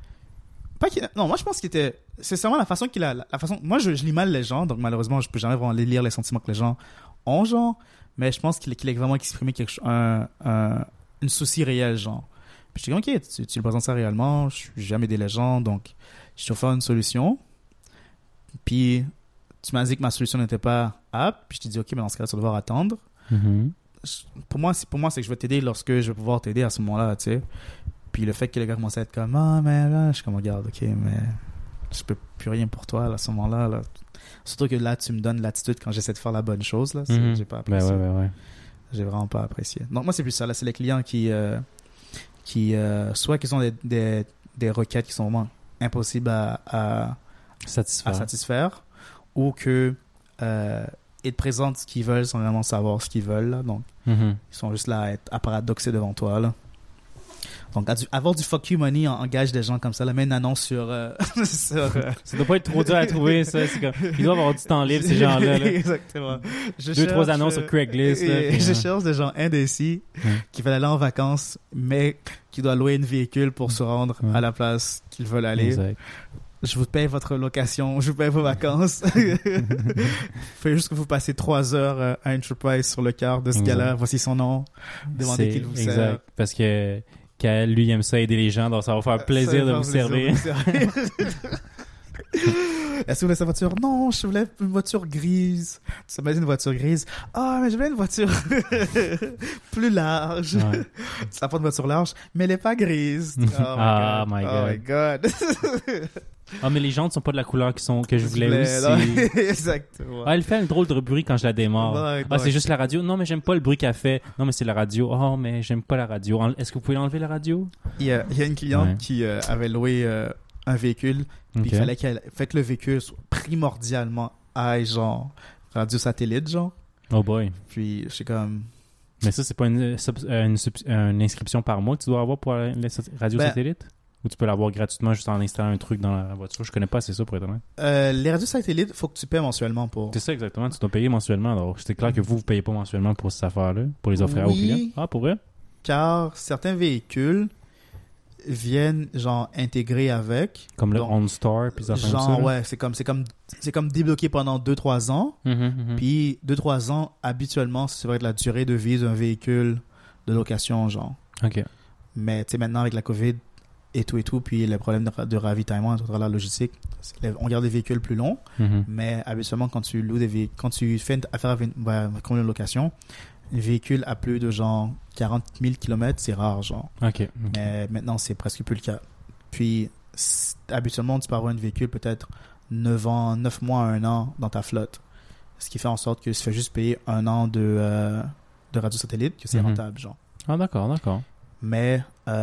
Non, moi, je pense qu'il était... C'est vraiment la façon qu'il a... La façon... Moi, je lis mal les gens, donc malheureusement, je peux jamais vraiment lire les sentiments que les gens ont, genre. Mais je pense qu'il a vraiment exprimé une souci réelle, genre. Puis je dis, OK, tu le présentes ça réellement, je n'ai jamais aidé les gens, donc je t'ai offert une solution. Puis tu m'as dit que ma solution n'était pas apte, puis je t'ai dit, OK, mais dans ce cas-là, tu vas devoir attendre. Pour moi, c'est que je vais t'aider lorsque je vais pouvoir t'aider à ce moment-là, tu sais. Puis le fait que les gars commencent à être comme, ah, mais là, je suis comme, regarde, OK, mais je peux plus rien pour toi là, à ce moment-là. Là. Surtout que là, tu me donnes l'attitude quand j'essaie de faire la bonne chose, là. J'ai pas apprécié. Ouais. J'ai vraiment pas apprécié. Donc moi, c'est plus ça, là. C'est les clients qui soit qu'ils ont des requêtes qui sont vraiment impossibles à satisfaire, ou que ils te présentent ce qu'ils veulent sans vraiment savoir ce qu'ils veulent, là. Donc ils sont juste là à paradoxer devant toi, là. Donc avoir du fuck you money engage des gens comme ça, là, met une annonce sur ça doit pas être trop dur à trouver, ça. C'est comme, ils doivent avoir du temps libre, ces gens-là, là. Exactement. 2-3 annonces sur Craigslist, là, je cherche des gens indécis qui veulent aller en vacances mais qui doivent louer un véhicule pour se rendre à la place qu'ils veulent aller. Exact. Je vous paye votre location, je vous paye vos vacances. Fait juste que vous passez 3 heures à Enterprise sur le quart de ce gars-là. Voici son nom. Demandez qu'il vous sert. Exact. Parce que lui, il aime ça aider les gens, donc ça va faire plaisir de vous servir. Est-ce que vous voulez sa voiture? Non, je voulais une voiture grise. Tu m'as dit une voiture grise. Ah, mais je voulais une voiture plus large. Ouais. Ça prend une voiture large, mais elle n'est pas grise. Oh my God. Ah, mais les jantes sont pas de la couleur que je voulais aussi. Exactement. Ah, elle fait un drôle de bruit quand je la démarre. C'est juste la radio. Non, mais j'aime pas le bruit qu'elle fait. Non, mais c'est la radio. Oh, mais j'aime pas la radio. Est-ce que vous pouvez enlever la radio? Il y a une cliente qui avait loué un véhicule. Puis il fallait que le véhicule soit primordialement genre radio satellite, genre. Oh boy. Puis je suis comme... Mais ça, c'est pas une inscription par mois que tu dois avoir pour la radio satellite? Ou tu peux l'avoir gratuitement juste en installant un truc dans la voiture? Je connais pas assez ça, pour être honnête. Les radios satellites, il faut que tu paies mensuellement pour... C'est ça, exactement. Tu dois payer mensuellement. Alors, c'est clair que vous payez pas mensuellement pour cette affaire-là, pour les offrir aux clients. Ah, pour vrai? Car certains véhicules viennent, genre, intégrer avec... Comme le OnStar, puis ça fait genre, comme ça, ouais, c'est comme débloqué pendant 2-3 ans. Puis 2-3 ans, habituellement, ça va être la durée de vie d'un véhicule de location, genre. OK. Mais, tu sais, maintenant, avec la COVID... et tout, puis les problèmes de ravitaillement, la logistique, on garde des véhicules plus longs, mais habituellement, quand tu loues quand tu fais une affaire avec une location, un véhicule à plus de genre 40 000 km, c'est rare, genre. Okay. Mais maintenant, c'est presque plus le cas. Puis, habituellement, tu peux avoir un véhicule peut-être 9 mois à 1 an dans ta flotte, ce qui fait en sorte que tu fais juste payer 1 an de radio satellite, que c'est rentable, genre. Ah, d'accord. Mais...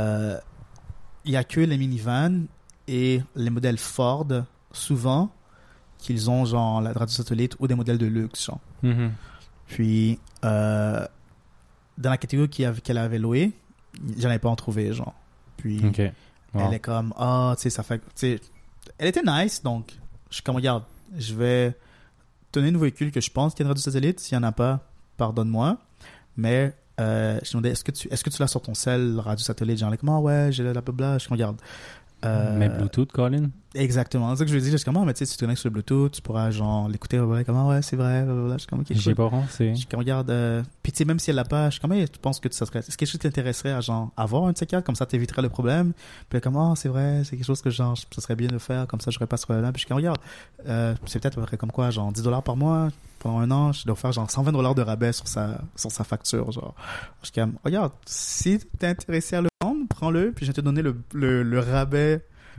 il n'y a que les minivans et les modèles Ford, souvent, qu'ils ont genre la radio satellite ou des modèles de luxe, genre. Puis, dans la catégorie qu'elle avait louée, j'en avais pas en trouvé, genre. Puis, elle est comme, tu sais, ça fait... Elle était nice, donc, je suis comme, regarde, je vais donner un véhicule que je pense qu'il y a une radio satellite. S'il n'y en a pas, pardonne-moi. Mais... je me demandais, est-ce que tu l'as sur ton cell, radio satellite? Genre, ouais, j'ai la blabla. Je regarde. Mais Bluetooth, Colin? Exactement. C'est ça que je lui ai dit. Je suis comme, mais tu sais, si tu te connectes sur le Bluetooth, tu pourras genre l'écouter. Ouais, comment, ouais, c'est vrai. Je suis comme, ok, J'ai cool. pas pensé. Je suis comme, regarde. Puis tu sais, même si elle l'a pas, je suis comme, hey, tu penses que ça serait. Est-ce quelque chose qui t'intéresserait à genre avoir un de ces quatre, comme ça t'éviterais le problème. Puis elle est comme, oh, c'est vrai, c'est quelque chose que genre, ça serait bien de faire, comme ça j'aurais pas ce problème. Puis je suis comme, regarde, c'est peut-être à peu près comme quoi, genre $10 par mois. Pendant un an, je dois faire genre $120 de rabais sur sa facture. Genre, je suis comme, regarde, si t'es intéressé à le prendre, prends-le, puis je vais te donner le rabais.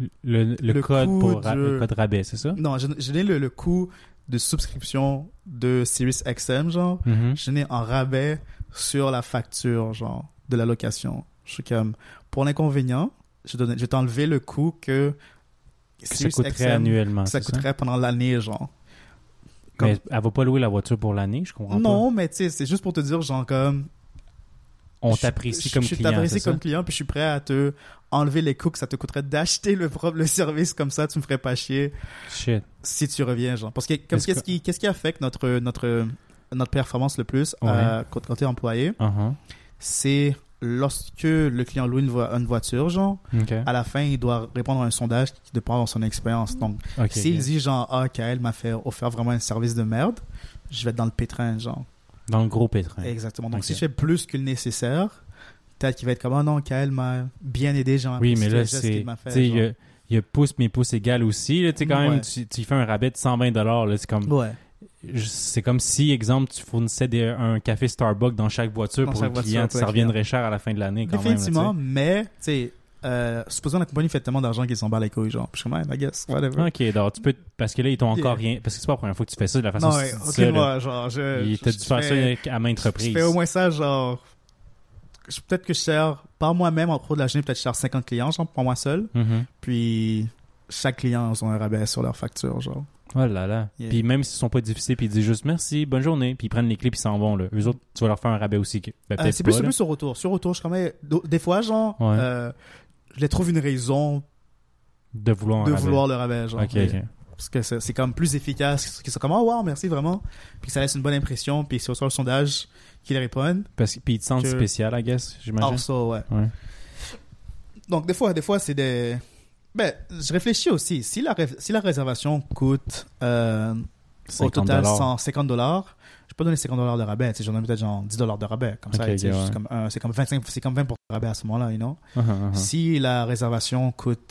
Le code pour le code rabais, c'est ça? Non, je n'ai le coût de subscription de Sirius XM, genre. Je n'ai en rabais sur la facture, genre, de la location. Je suis comme, pour l'inconvénient, je vais t'enlever le coût que ça coûterait XM, annuellement. Ça coûterait pendant l'année, genre. Comme... Mais elle va pas louer la voiture pour l'année, je comprends pas. Non, mais tu sais, c'est juste pour te dire, genre, comme... On t'apprécie comme client, je t'apprécie comme client, puis je suis prêt à te enlever les coûts que ça te coûterait d'acheter le service comme ça, tu me ferais pas chier. Shit. Si tu reviens, genre. Parce que qu'est-ce qui affecte notre performance le plus quand tu es employé, c'est lorsque le client loue une voiture, genre, à la fin, il doit répondre à un sondage qui dépend de son expérience. Donc, s'il dit genre, Kael m'a offert vraiment un service de merde, je vais être dans le pétrin, genre. Dans le gros pétrin. Exactement. Donc, si je fais plus que le nécessaire, peut-être qu'il va être comme, oh non, Kael m'a bien aidé, genre. Oui, mais là, c'est... Tu sais, il y a pouce, mais pouce égal aussi. Tu sais, quand même, tu fais un rabais de $120, là, c'est comme... Ouais. C'est comme si, exemple, tu fournissais un café Starbucks dans chaque voiture pour le client, ça reviendrait cher à la fin de l'année quand Définitivement, même. mais, tu sais... supposons la compagnie fait tellement d'argent qu'ils s'en bat les couilles, genre. Je suis comme, I guess, whatever. Ok, donc tu peux. Parce que là, ils t'ont encore rien. Parce que c'est pas la première fois que tu fais ça de la façon. Non, ouais, ok, moi, genre, il t'a dû faire ça à maintes reprises. Je fais au moins ça, genre. Peut-être que je sers par moi-même, en cours de la journée, peut-être que je sers 50 clients, genre, pour moi seul. Puis, chaque client a un rabais sur leur facture, genre. Oh là là. Yeah. Puis même s'ils sont pas difficiles, puis ils disent juste merci, bonne journée, puis ils prennent les clés puis ils s'en vont, là. Eux autres, tu vas leur faire un rabais aussi. Ben, c'est plus sur retour. Sur retour, je connais. Des fois, genre. Je les trouve une raison de vouloir le rabais, genre. Okay. Parce que c'est comme plus efficace, qu'ils sont comme, oh wow, merci vraiment, puis que ça laisse une bonne impression, puis c'est sur le sondage qu'ils répondent. Puis ils te sentent spécial, I guess, j'imagine. Also, ouais. Donc des fois c'est des... Ben, je réfléchis aussi, si la réservation coûte au total $150, je peux donner $50 de rabais, tu sais, j'en donne peut-être genre $10 de rabais, comme ça, c'est comme 20% de rabais à ce moment-là, you know. Si la réservation coûte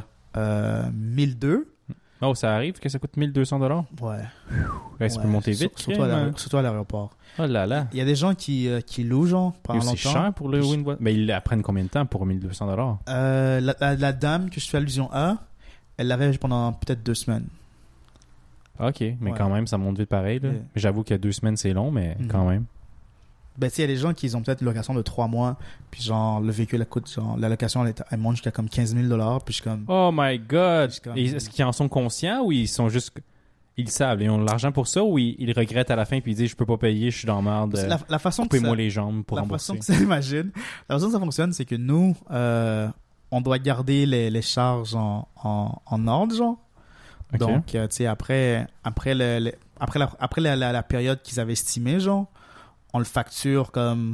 1,200. Oh, ça arrive que ça coûte $1,200? Ouais. Ça peut monter vite. Surtout à l'aéroport. Oh là là. Il y a des gens qui louent, genre, pendant longtemps. C'est cher pour louer une voiture. Mais ils apprennent combien de temps pour $1,200? La dame que je fais allusion à, elle l'avait pendant peut-être 2 semaines. Ok, mais quand même, ça monte vite pareil. Là. Yeah. J'avoue que 2 semaines, c'est long, mais quand même. Ben, tu sais, il y a des gens qui ont peut-être une location de 3 mois, puis genre, le véhicule coûte, genre, la location, elle monte jusqu'à comme $15,000, puis je suis comme... Oh my God! Est-ce qu'ils en sont conscients ou ils sont juste... Ils savent, ils ont l'argent pour ça ou ils regrettent à la fin puis ils disent je peux pas payer, je suis dans la merde. La façon coupez-moi les jambes pour rembourser. La façon que ça imagine, la façon que ça fonctionne, c'est que nous, on doit garder les charges en ordre, genre. Okay. Donc, tu sais, après la période qu'ils avaient estimée, genre, on le facture comme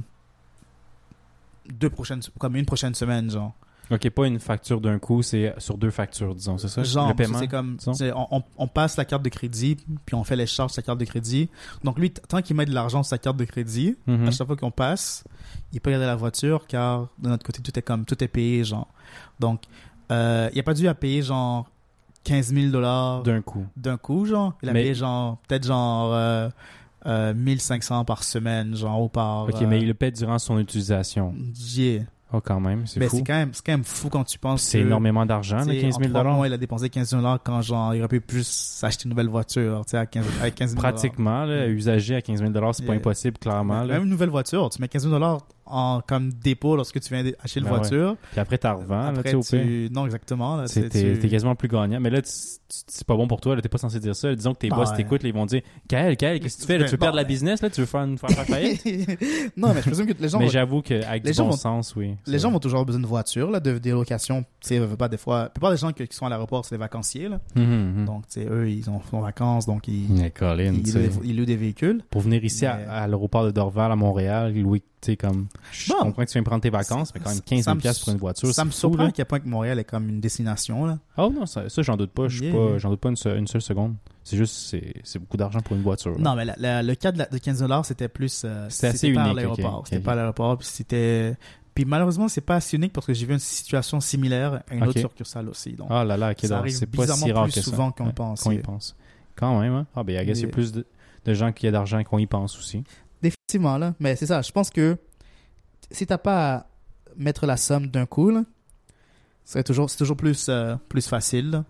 une prochaine semaine, genre. Ok, pas une facture d'un coup, c'est sur 2 factures, disons, c'est ça? Genre, le paiement, c'est comme, on passe la carte de crédit, puis on fait les charges de sa carte de crédit. Donc lui, tant qu'il met de l'argent sur sa carte de crédit, à chaque fois qu'on passe, il peut garder la voiture, car de notre côté, tout est payé, genre. Donc, il n'a pas dû à payer, genre, $15,000 d'un coup, genre. Il a payé, genre, peut-être, genre... 1,500 par semaine, genre, ou par... Ok, mais il le paie durant son utilisation. Yeah. Oh, quand même, c'est fou. C'est quand même fou quand tu penses c'est énormément d'argent, le $15,000. En 3 mois, il a dépensé $15,000 quand, genre, il aurait pu plus s'acheter une nouvelle voiture, tu sais, avec $15,000. Pratiquement, là, usagé à $15,000, c'est pas impossible, clairement. Même une nouvelle voiture, tu mets $15,000 comme dépôt lorsque tu viens acheter une voiture. Puis après, tu revends, là, tu sais, Non, exactement. T'es quasiment plus gagnant. Mais là, c'est pas bon pour toi, là, t'es pas censé dire ça. Disons que tes boss t'écoutent, ils vont dire Kael, qu'est-ce que tu fais? Là, tu veux perdre la business, là? Tu veux faire faillite? Non, mais je présume que les gens... Mais j'avoue qu'avec du bon sens, oui. Les gens ont toujours besoin de voitures, là, de location. Tu sais, pas des fois... La plupart des gens qui sont à l'aéroport, c'est des vacanciers, là. Donc, tu sais, eux, ils sont en vacances, donc ils louent des véhicules. Pour venir ici à l'aéroport de Dorval, à Montréal, louer tu sais, comme, je Bon. comprends que tu viens prendre tes vacances, mais quand même 15 000 piastres pour une voiture, Ça me c'est fou, surprend à là. quel point que Montréal est comme une destination, là. Oh non, ça j'en doute pas. J'en doute pas une seule seconde. C'est juste, c'est beaucoup d'argent pour une voiture. Là. Non, mais le cas de 15 $, c'était plus... C'était assez pas à unique, l'aéroport. ok, C'était ok. pas à l'aéroport, puis c'était... Puis malheureusement, c'est pas assez unique parce que j'ai vu une situation similaire à une Ok. autre succursale aussi. Donc, Ah là là, ok, ça donc arrive c'est pas si bizarrement rare plus que ça. souvent qu'on Ouais, pense. Qu'on y pense. Quand même, hein? Ah ben, il y a plus de gens qui ont d'argent qu'on y pense aussi. Définitivement, là. Mais c'est ça, je pense que si t'as pas à mettre la somme d'un coup, là, c'est toujours plus facile, là.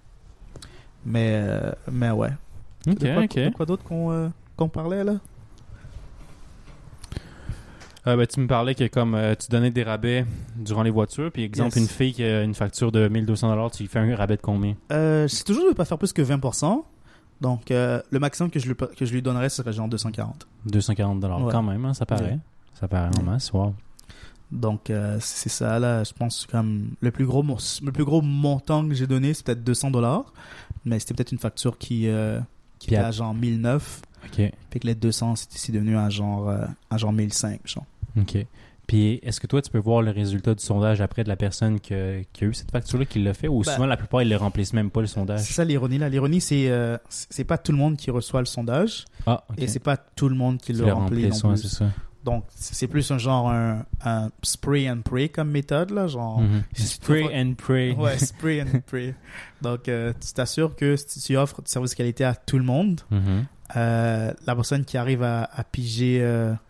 Mais ouais. Ok, De quoi d'autre qu'on parlait, là? Ben, tu me parlais que comme tu donnais des rabais durant les voitures, puis exemple, Yes. une fille qui a une facture de 1200 $, tu lui fais un rabais de combien? C'est toujours de ne pas faire plus que 20%. Donc, le maximum que je lui donnerais, ce serait genre 240. 240 $, Ouais. quand même, hein, ça paraît. Ouais. Ça paraît en masse, wow. Donc, c'est ça, là. Je pense comme le plus gros montant que j'ai donné, c'est peut-être 200 $. Mais c'était peut-être une facture qui était à genre 1009. Ok, Puis que les 200, c'est devenu à genre 1005, genre. ok. Puis, est-ce que toi, tu peux voir le résultat du sondage après de la personne qui a eu cette facture-là, qui l'a fait, ou Ben, souvent, la plupart, ils ne le remplissent même pas, le sondage? C'est ça l'ironie, là. L'ironie, c'est pas tout le monde qui reçoit le sondage. Ah, ok. Et c'est pas tout le monde qui Tu le le remplit remplis, non ouais, plus. c'est ça. Donc, c'est plus un spray and pray comme méthode, là. Genre, Mhm. si tu Spray offres- and pray. Ouais, spray and pray. Donc, tu t'assures que si tu offres du service de qualité à tout le monde, Mhm. la personne qui arrive à piger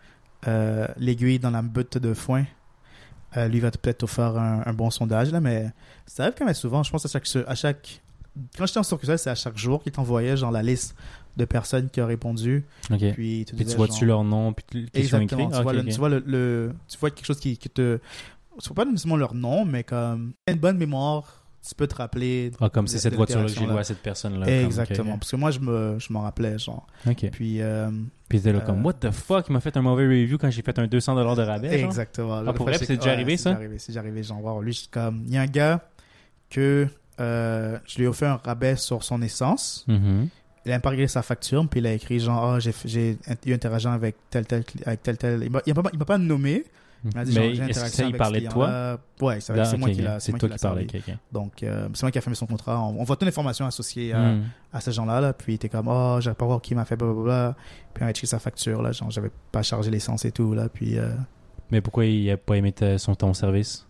l'aiguille dans la botte de foin, lui va peut-être offrir un bon sondage, là, mais ça arrive quand même souvent. Je pense à chaque quand j'étais en succursale, c'est à chaque jour qu'ils t'envoyaient genre la liste de personnes qui ont répondu. Ok. Puis, ils te Puis tu disaient, vois-tu genre- leur nom, puis qu'ils sont écrits? Exactement. Tu Ah, vois, ok, ok. tu vois quelque chose qui te... Tu vois pas nécessairement leur nom, mais comme... T'as une bonne mémoire, tu peux te rappeler... Ah, comme c'est de- cette de voiture-là que j'ai l'interaction, louée là. à cette personne-là. comme, Exactement. Parce que moi, je m'en rappelais, genre. Ok. Puis... Puis t'es là comme, what the fuck, il m'a fait un mauvais review quand j'ai fait un 200 $ de rabais. Genre? Exactement. Ah, pour vrai, puis c'est déjà arrivé, ça? C'est déjà arrivé. Genre, wow, lui, comme... Il y a un gars que je lui ai offert un rabais sur son essence. Mhm. Il a pas réglé sa facture, puis il a écrit genre, j'ai eu interaction avec tel. Il m'a pas nommé. Il m'a dit, genre, Mais j'ai est-ce que interaction ça, il avec parlait ce de toi? client-là. Ouais, c'est Ah, moi ok, qui l'a. ok. C'est toi qui parlais. Ok, ok. Donc, c'est moi qui a fermé son contrat. On voit toute l'information associée Hmm. à ces gens-là, là. Puis il était comme, oh, j'arrive pas à voir qui m'a fait blablabla. Puis on a écrit sa facture, là. Genre, j'avais pas chargé l'essence et tout, là. Puis, Mais pourquoi il a pas aimé ton service?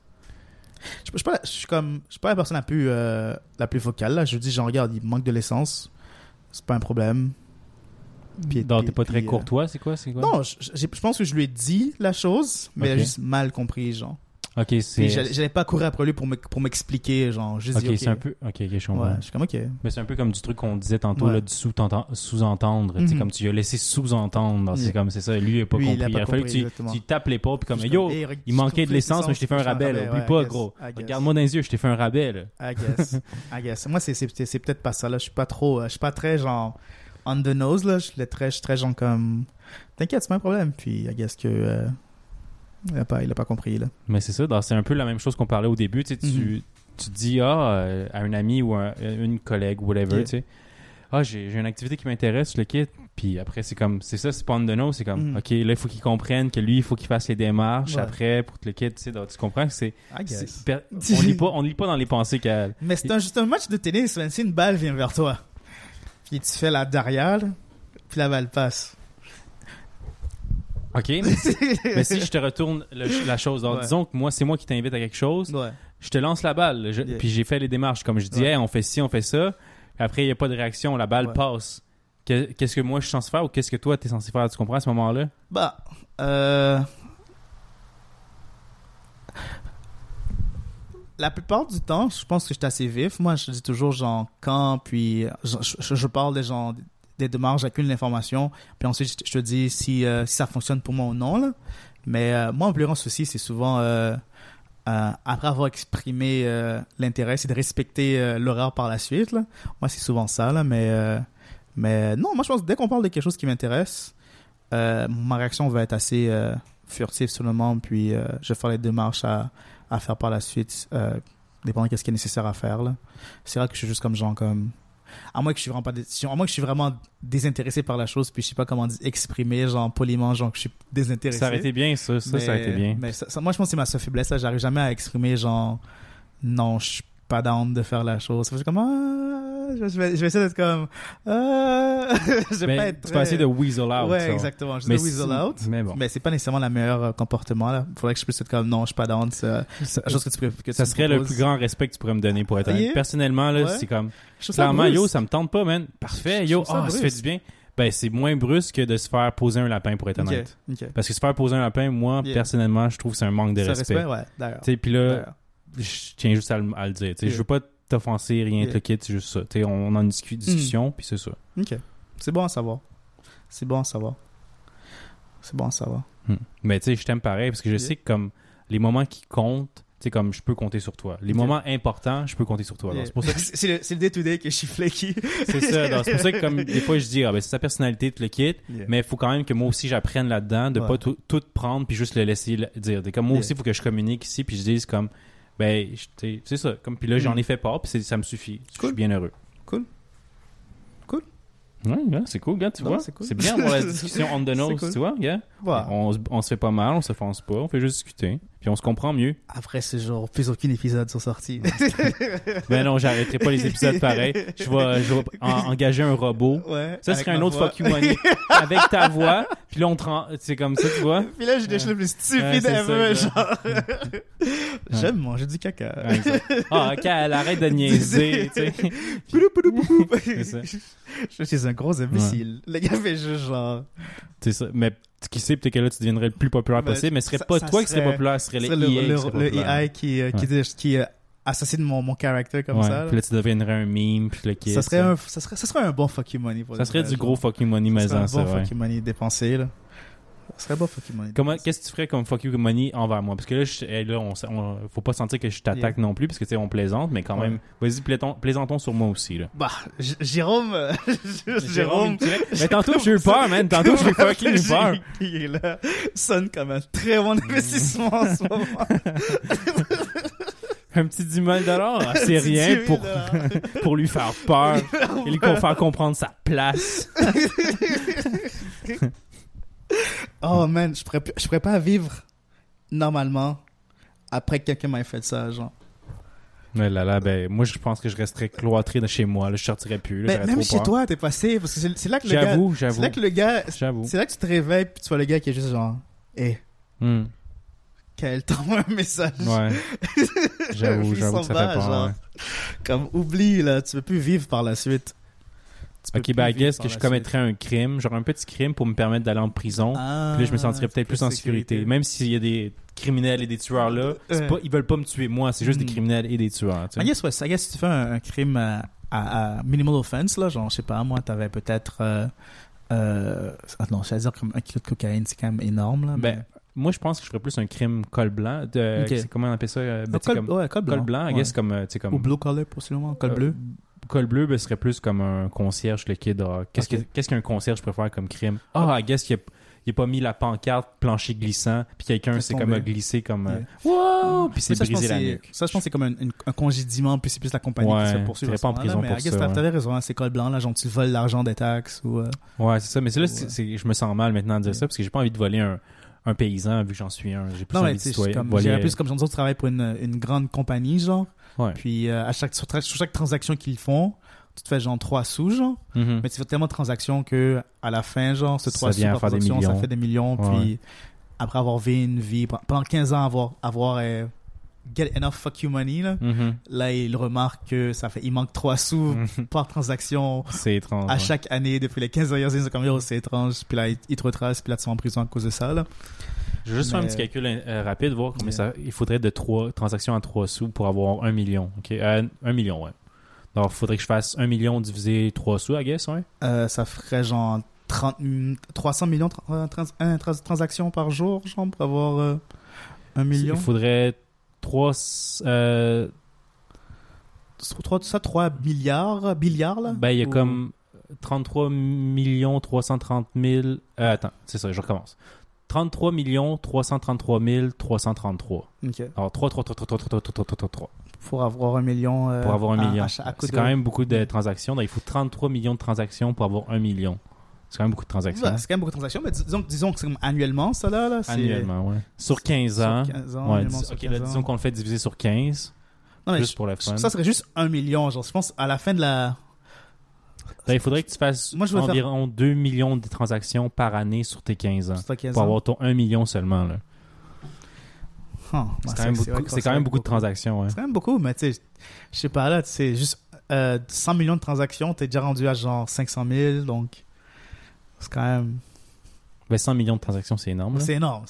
je suis pas la personne la plus vocale, là. Je dis, genre, regarde, il manque de l'essence. C'est pas un problème. Puis, Donc, t'es pas puis, très courtois, c'est quoi? Non, je pense que je lui ai dit la chose, mais il a Ok. juste mal compris, genre. Ok, Puis c'est. j'allais pas courir après lui pour m'expliquer, genre. Juste Ok, dire, c'est un peu. Ok, je comprends. Ouais, je suis comme, ok. Mais c'est un peu comme du truc qu'on disait tantôt, Ouais. là, du sous-entendre. Tu sais, Mhm. comme tu lui as laissé sous-entendre. C'est Yeah. comme, c'est ça. Lui, il a pas Lui, il compris. a pas Il a fallu que compris, exactement. tu tapes l'épaule, puis comme, Je suis yo, hey, il manquait de je l'essence, trouve mais je t'ai fait un rabais, là. Oublie ouais, pas, I guess, gros. I guess. Regarde-moi dans les yeux, je t'ai fait un rabais, là. I guess. Moi, c'est peut-être pas ça, là. Je suis pas très, genre, on the nose, là. Je suis très, genre, comme, t'inquiète, c'est pas un problème. Puis, I guess que, il a pas compris, là. Mais c'est ça, c'est un peu la même chose qu'on parlait au début. Tu sais, tu dis à un ami ou à une collègue, whatever, Yeah. tu sais, j'ai une activité qui m'intéresse, le kit. Puis après, c'est comme, c'est ça, c'est pas on the nose, c'est comme, ok, là, il faut qu'il comprenne que lui, il faut qu'il fasse les démarches Ouais. après pour que le kit, tu sais, donc, tu comprends que c'est. I guess. On lit pas dans les pensées qu'elle. Mais c'est un match de tennis, man. Si une balle vient vers toi, puis tu fais la derrière, là, puis la balle passe. Ok, mais si je te retourne la chose, donc Ouais. disons que moi, c'est moi qui t'invite à quelque chose, Ouais. je te lance la balle, Yeah. puis j'ai fait les démarches, comme je dis, Ouais. hey, on fait ci, on fait ça, après il n'y a pas de réaction, la balle Ouais. passe. Qu'est-ce que moi je suis censé faire ou qu'est-ce que toi tu es censé faire, tu comprends à ce moment-là? Bah, la plupart du temps, je pense que je suis assez vif. Moi, je dis toujours, genre, quand, puis je parle des gens, des démarches, j'accumule l'information, puis ensuite, je te dis si ça fonctionne pour moi ou non, là. Mais moi, mon plus grand souci, c'est souvent, après avoir exprimé l'intérêt, c'est de respecter l'horaire par la suite, là. Moi, c'est souvent ça, là, mais non, moi, je pense que dès qu'on parle de quelque chose qui m'intéresse, ma réaction va être assez furtive sur le moment, puis je vais faire les démarches à faire par la suite, dépendant de ce qui est nécessaire à faire, là. C'est vrai que je suis juste comme genre, comme... à moins que je suis vraiment pas à moins que je suis vraiment désintéressé par la chose, puis je sais pas comment exprimer, genre, poliment, genre, que je suis désintéressé. Ça aurait été bien, ça aurait été bien. Mais moi, je pense que c'est ma seule faiblesse, là. J'arrive jamais à exprimer, genre, non, je suis pas down de faire la chose. Je suis comme, je vais essayer d'être comme, je vais pas être tu vas essayer de weasel out. Ouais, ça. exactement. Je vais weasel out. Mais c'est pas nécessairement le meilleur comportement, là. Faudrait que je puisse être comme, non, je suis pas down. C'est la chose ça serait le plus grand respect que tu pourrais me donner pour être honnête. Personnellement, là, c'est comme, clairement, yo, ça me tente pas, man. Parfait, yo, ça fait du bien. Ben, c'est moins brusque que de se faire poser un lapin, pour être honnête. Parce que se faire poser un lapin, moi, personnellement, je trouve que c'est un manque de respect. Ouais, d'ailleurs. Tu sais, puis là, je tiens juste à le dire. Je veux pas t'offenser, rien, te le quitte, c'est juste ça. Tu sais, on en discussion, puis c'est ça. OK. C'est bon à savoir. Mais tu sais, je t'aime pareil, parce que je sais que comme les moments qui comptent, tu sais, comme je peux compter sur toi. Les moments importants, je peux compter sur toi. C'est pour ça que c'est le day-to-day que je suis flaky. C'est ça. Donc, c'est pour ça que comme des fois je dis c'est sa personnalité, tu le quittes, mais il faut quand même que moi aussi j'apprenne là-dedans de pas tout prendre puis juste le laisser dire. Comme moi aussi, il faut que je communique ici puis je dise comme c'est ça. Comme puis là j'en ai fait part puis ça me suffit. Je suis bien heureux. Cool. Ouais, c'est cool, gars, tu vois. C'est bien avoir la discussion on the nose, tu vois, gars. On se fait pas mal, on se fonce pas, on fait juste discuter, puis on se comprend mieux. Après ce jour, plus aucun épisode sont sortis. Ben non, j'arrêterai pas les épisodes pareils. Je vais engager un robot. Ouais, ça serait un autre fuck you money. Avec ta voix, puis là c'est comme ça, tu vois. Puis là, j'ai des choses les plus stupides ever, genre. J'aime manger du caca. Elle arrête de niaiser, tu sais. C'est ça. Je suis un gros imbécile. Le gars fait juste genre. C'est ça. Mais qui sait, peut-être que là, tu deviendrais le plus populaire possible, mais ce serait pas toi qui serait populaire, ce serait le AI qui assassine mon character comme ça. Puis là, tu deviendrais un meme, puis le ça serait un bon fuck you money. Ça serait du gros fuck you money maison, ça. Un bon fuck you money dépensé, là. Ça serait bon fuck you money. Qu'est-ce que tu ferais comme fuck you money envers moi? Parce que là, faut pas sentir que je t'attaque non plus, parce que tu sais, on plaisante, mais quand même, vas-y, plaisantons sur moi aussi, là. Bah, Jérôme. Mais tantôt, j'ai eu peur, man. Tantôt, j'ai fucking eu peur. Il est là, sonne comme un très bon investissement en ce moment. Un petit 10 000 $, c'est rien pour lui faire peur et lui faire comprendre sa place. Oh man, je pourrais pas vivre normalement après que quelqu'un m'ait fait ça, genre. Mais là, moi je pense que je resterais cloîtré de chez moi, là, je sortirais plus. Là, même chez toi, t'es passé, parce que c'est là que le j'avoue. C'est là que le gars. C'est là que tu te réveilles puis tu vois le gars qui est juste genre, qu'elle t'envoie un message. Ouais. J'avoue que ça fait peur. Genre, comme oublie là, tu peux plus vivre par la suite. Ok, ben, I guess que je commettrais un crime, genre un petit crime pour me permettre d'aller en prison. Puis là, je me sentirais peut-être plus en sécurité. Même s'il y a des criminels et des tueurs là, ils veulent pas me tuer moi, c'est juste des criminels et des tueurs. I guess si tu fais un crime à minimal offense, là, genre, je sais pas, moi, t'avais peut-être. Non, je vais dire comme 1 kilo de cocaïne, c'est quand même énorme, là. Ben, moi, je pense que je ferais plus un crime col blanc. C'est comment on appelle ça? Col blanc. I guess comme. Ou blue collar, possiblement, col bleu. Col bleu, ce serait plus comme un concierge, le kid. Qu'est-ce qu'un concierge préfère comme crime? I guess qu'il a pas mis la pancarte plancher glissant, puis quelqu'un s'est comme glissé comme wow! Puis c'est brisé la nuque. Ça, je pense que c'est comme un congédiement, puis c'est plus la compagnie qui se poursuit. Tu pas en prison pour ça. T'avais raison, c'est col blanc, là, genre tu voles l'argent des taxes ou. Ouais, c'est ça. Mais là, je me sens mal maintenant de dire ça, parce que j'ai pas envie de voler un paysan, vu que j'en suis un. J'ai plus envie de citoyen. J'ai plus comme gens qui travaillent pour une grande compagnie, genre. Ouais. Puis sur chaque transaction qu'ils font, tu te fais genre 3 sous, genre. Mm-hmm. Mais tu fais tellement de transactions que à la fin, genre, ce 3 sous par transaction, ça fait des millions. Puis après avoir vécu une vie, pendant 15 ans, avoir get enough fuck you money, là, là, il remarque que il manque 3 sous par transaction. C'est étrange. À chaque année, depuis les 15 dernières années, comme c'est étrange. Puis là, il te retrace, puis là, tu vas en prison à cause de ça, là. Je vais juste faire un petit calcul rapide, voir combien il faudrait de 3 transactions à 3 sous pour avoir 1 million. OK? 1 million, ouais. Donc, il faudrait que je fasse 1 million divisé 3 sous, I guess, ouais? Ça ferait genre 300 millions de transactions par jour, genre, pour avoir 1 million. Il faudrait 3 milliards, là? Ben, il y a comme 33 330 000... attends, c'est ça, je recommence. 33 333 333. OK. Alors, 3. Pour avoir 1 million. Pour avoir 1 million. C'est quand même beaucoup de transactions. Donc, il faut 33 millions de transactions pour avoir 1 million. C'est quand même beaucoup de transactions. Ouais, c'est quand même beaucoup de transactions, mais disons que c'est comme annuellement, ça là. C'est... Annuellement, ouais. Sur 15 ans. Sur 15 ans, ouais, sur 15 ans. disons qu'on le fait diviser sur 15. Non, juste pour le fun. Ça serait juste 1 million. Genre, je pense à la fin de la. Ben, il faudrait que tu fasses environ 2 millions de transactions par année sur tes 15 ans. Pour avoir ton 1 million seulement. Là. C'est quand même beaucoup de transactions. Ouais. C'est quand même beaucoup, mais tu sais, je sais pas, là, tu sais, juste 100 millions de transactions, t'es déjà rendu à genre 500 000, donc c'est quand même... Ben 100 millions de transactions, c'est énorme. C'est énorme.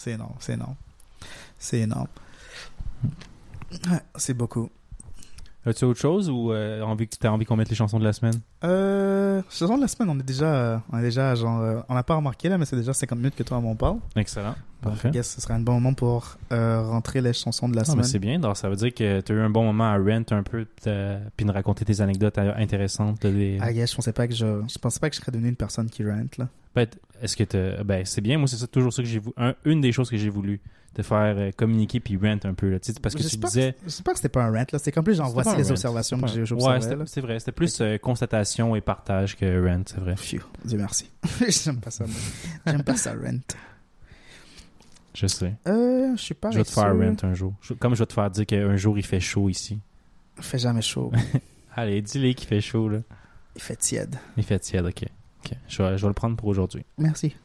Ouais, c'est beaucoup. As-tu autre chose ou t'as envie qu'on mette les chansons de la semaine? Chansons de la semaine, on est déjà genre... on n'a pas remarqué là, mais c'est déjà 50 minutes que toi on parle. Excellent. Parfait. Donc, ce serait un bon moment pour rentrer les chansons de la semaine. Mais c'est bien, donc ça veut dire que tu as eu un bon moment à rent un peu puis de raconter tes anecdotes intéressantes. Je pensais pas que je serais devenu une personne qui rent là. Est-ce que c'est bien, moi c'est toujours ça que j'ai voulu. Une des choses que j'ai voulu, te faire communiquer puis rent un peu là, parce que tu disais. Je sais pas que c'était pas un rent là, c'était comme plus genre voici les observations que j'ai observées. Ouais, c'est vrai, c'était plus constatation et partage que rent, c'est vrai. Phew, Dieu merci. J'aime pas ça. J'aime pas ça rent. Je sais. Je sais pas. Je vais te faire rent un jour. Comme je vais te faire dire qu'un jour il fait chaud ici. Il fait jamais chaud. Allez, dis-les qu'il fait chaud là. Il fait tiède. Il fait tiède, ok. Je vais le prendre pour aujourd'hui. Merci.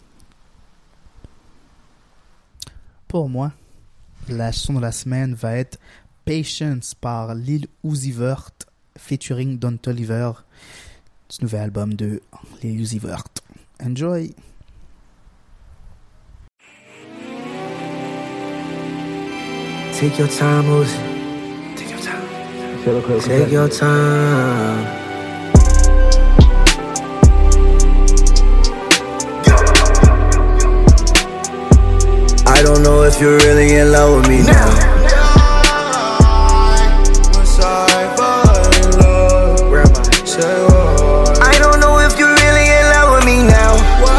Pour moi, la chanson de la semaine va être Patience par Lil Uzi Vert featuring Don Toliver du nouvel album de Lil Uzi Vert. Enjoy! Take your time, Uzi. Take your time. Take your time. I don't know if you're really in love with me now. I don't know if you're really in love with me now.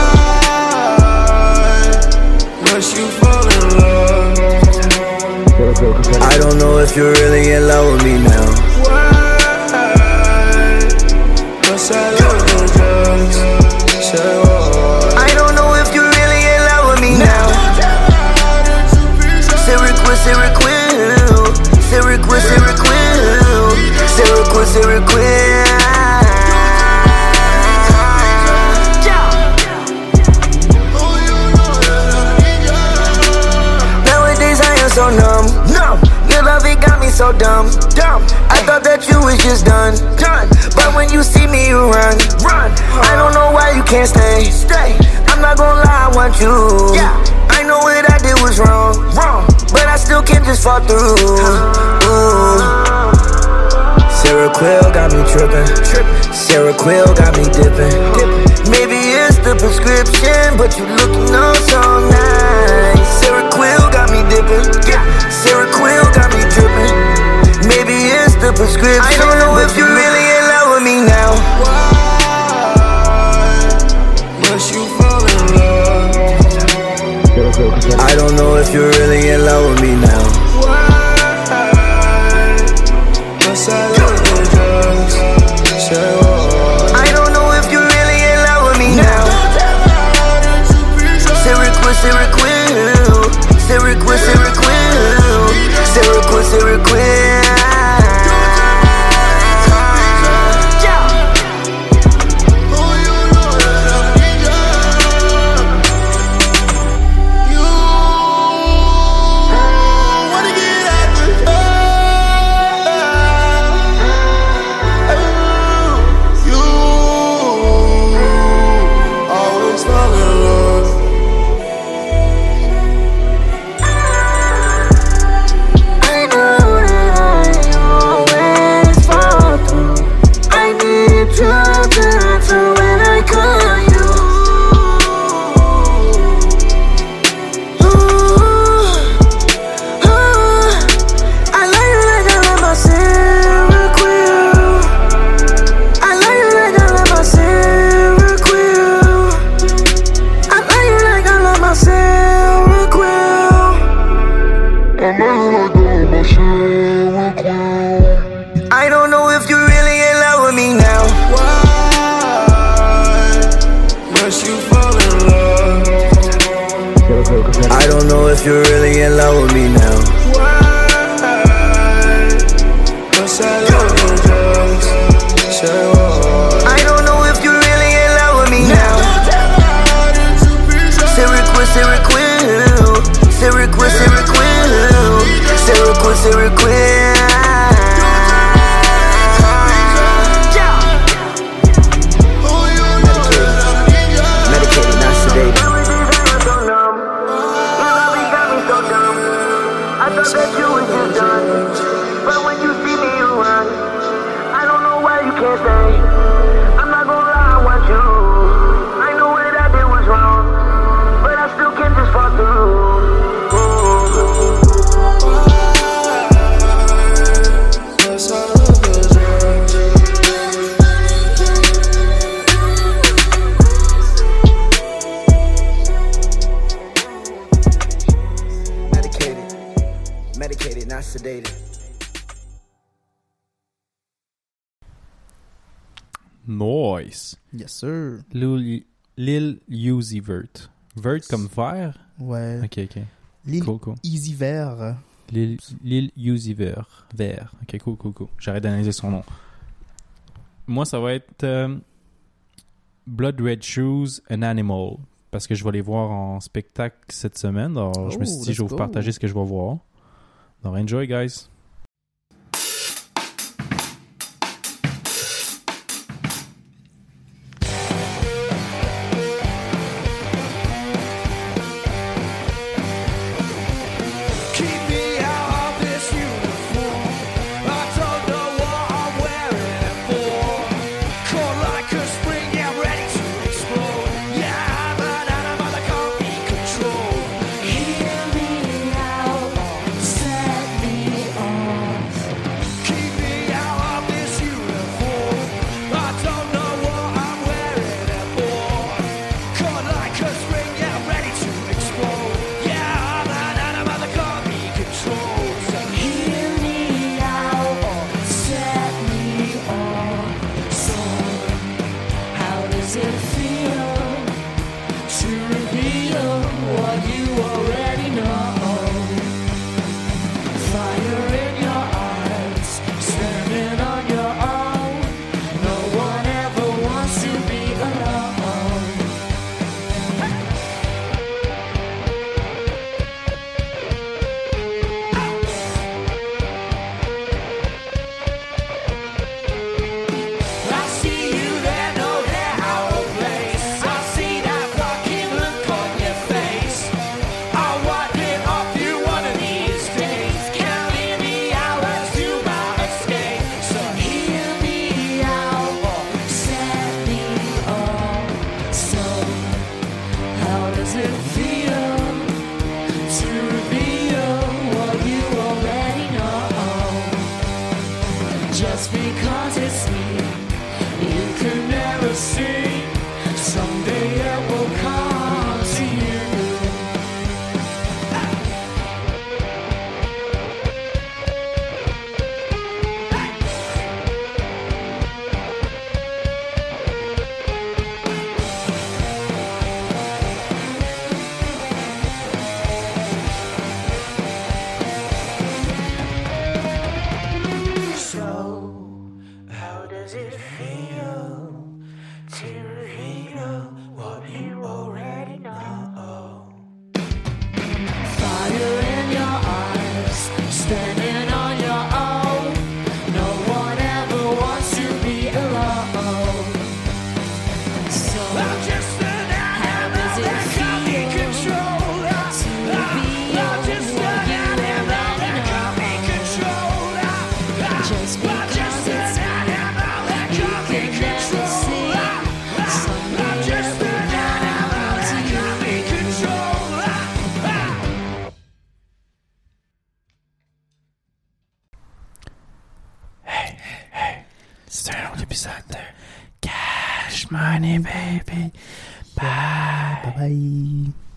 I don't know if you're really in love with me now. I don't know if you're really in love with me now. Nowadays I am so numb. Your love, it got me so dumb. I thought that you was just done. But when you see me, you run. I don't know why you can't stay. I'm not gonna lie, I want you. I know what I did was wrong, but I still can't just fall through. Sarah Quill got me trippin'. Sarah Quill got me dippin'. Maybe it's the prescription, but you looking oh so nice. Sarah Quill got me dippin'. Sarah Quill got me drippin'. Maybe it's the prescription. I don't know if you're really in love with me now. Must you fall in love? I don't know if you're really in love with me now. Must I love the drugs? I don't know if you're really in love with me now. Sarah Quill, Sarah Quill. Sarah Quill, Sarah Quill. Sarah Quill, Sarah Quill. don't know if you're really in love with me now. Why? Cause I love you just say what? I don't know if you're really in love with me now. Seroquel, Seroquel, Seroquel, Seroquel, Seroquel, Seroquel. Medicated, not sedated. I thought that you were just done, but when you see me you run. I don't know why you can't stay. I'm not gonna lie, I want you. I know what I did was wrong, but I still can't just fall through. Cause I love you just. Medicated, not sedated. Nice. Yes, sir. Lil Uzi Vert. Vert comme vert? Ouais. Ok, ok. Lil Cool. Easy Vert. Lil Uzi Vert. Vert. Ok, cool. J'arrête d'analyser son nom. Moi, ça va être Blood Red Shoes, An Animal. Parce que je vais les voir en spectacle cette semaine. Alors, je me suis dit, je vais vous partager ce que je vais voir. Donc, enjoy, guys. Keep me out of this uniform. I don't know what I'm wearing it for. Cold like a spring, yeah, ready to explode. Yeah, I'm an animal that can't be controlled. Hear me out, set me off. Keep me out of this uniform. I don't know what I'm wearing it for. Cold like a spring, yeah, ready to explode. Yeah, I'm an animal that can't be controlled. So hear me out, set me off. So how does it feel to reveal what you already know? Fire in your eyes, standing on your own. No one ever wants to be alone. I see you there, no, they're out of place. I see that fucking look on your face. I'll wipe it off you one of these days. Counting the hours to my escape. So hear me out, set me off. So how does it feel to reveal what you already know? Just because it's me, you can never see. Someday it will come to you. So, how does it feel to reveal what you already know? Fire in your eyes, standing on your own. No one ever wants to be alone. So I'm just an animal that can't be controlled. I'm just an animal that can't be controlled. Just because it's me, you can never see. I'm just an animal that can't be controlled. C'est un autre épisode de Cash Money Baby. Bye. Bye bye.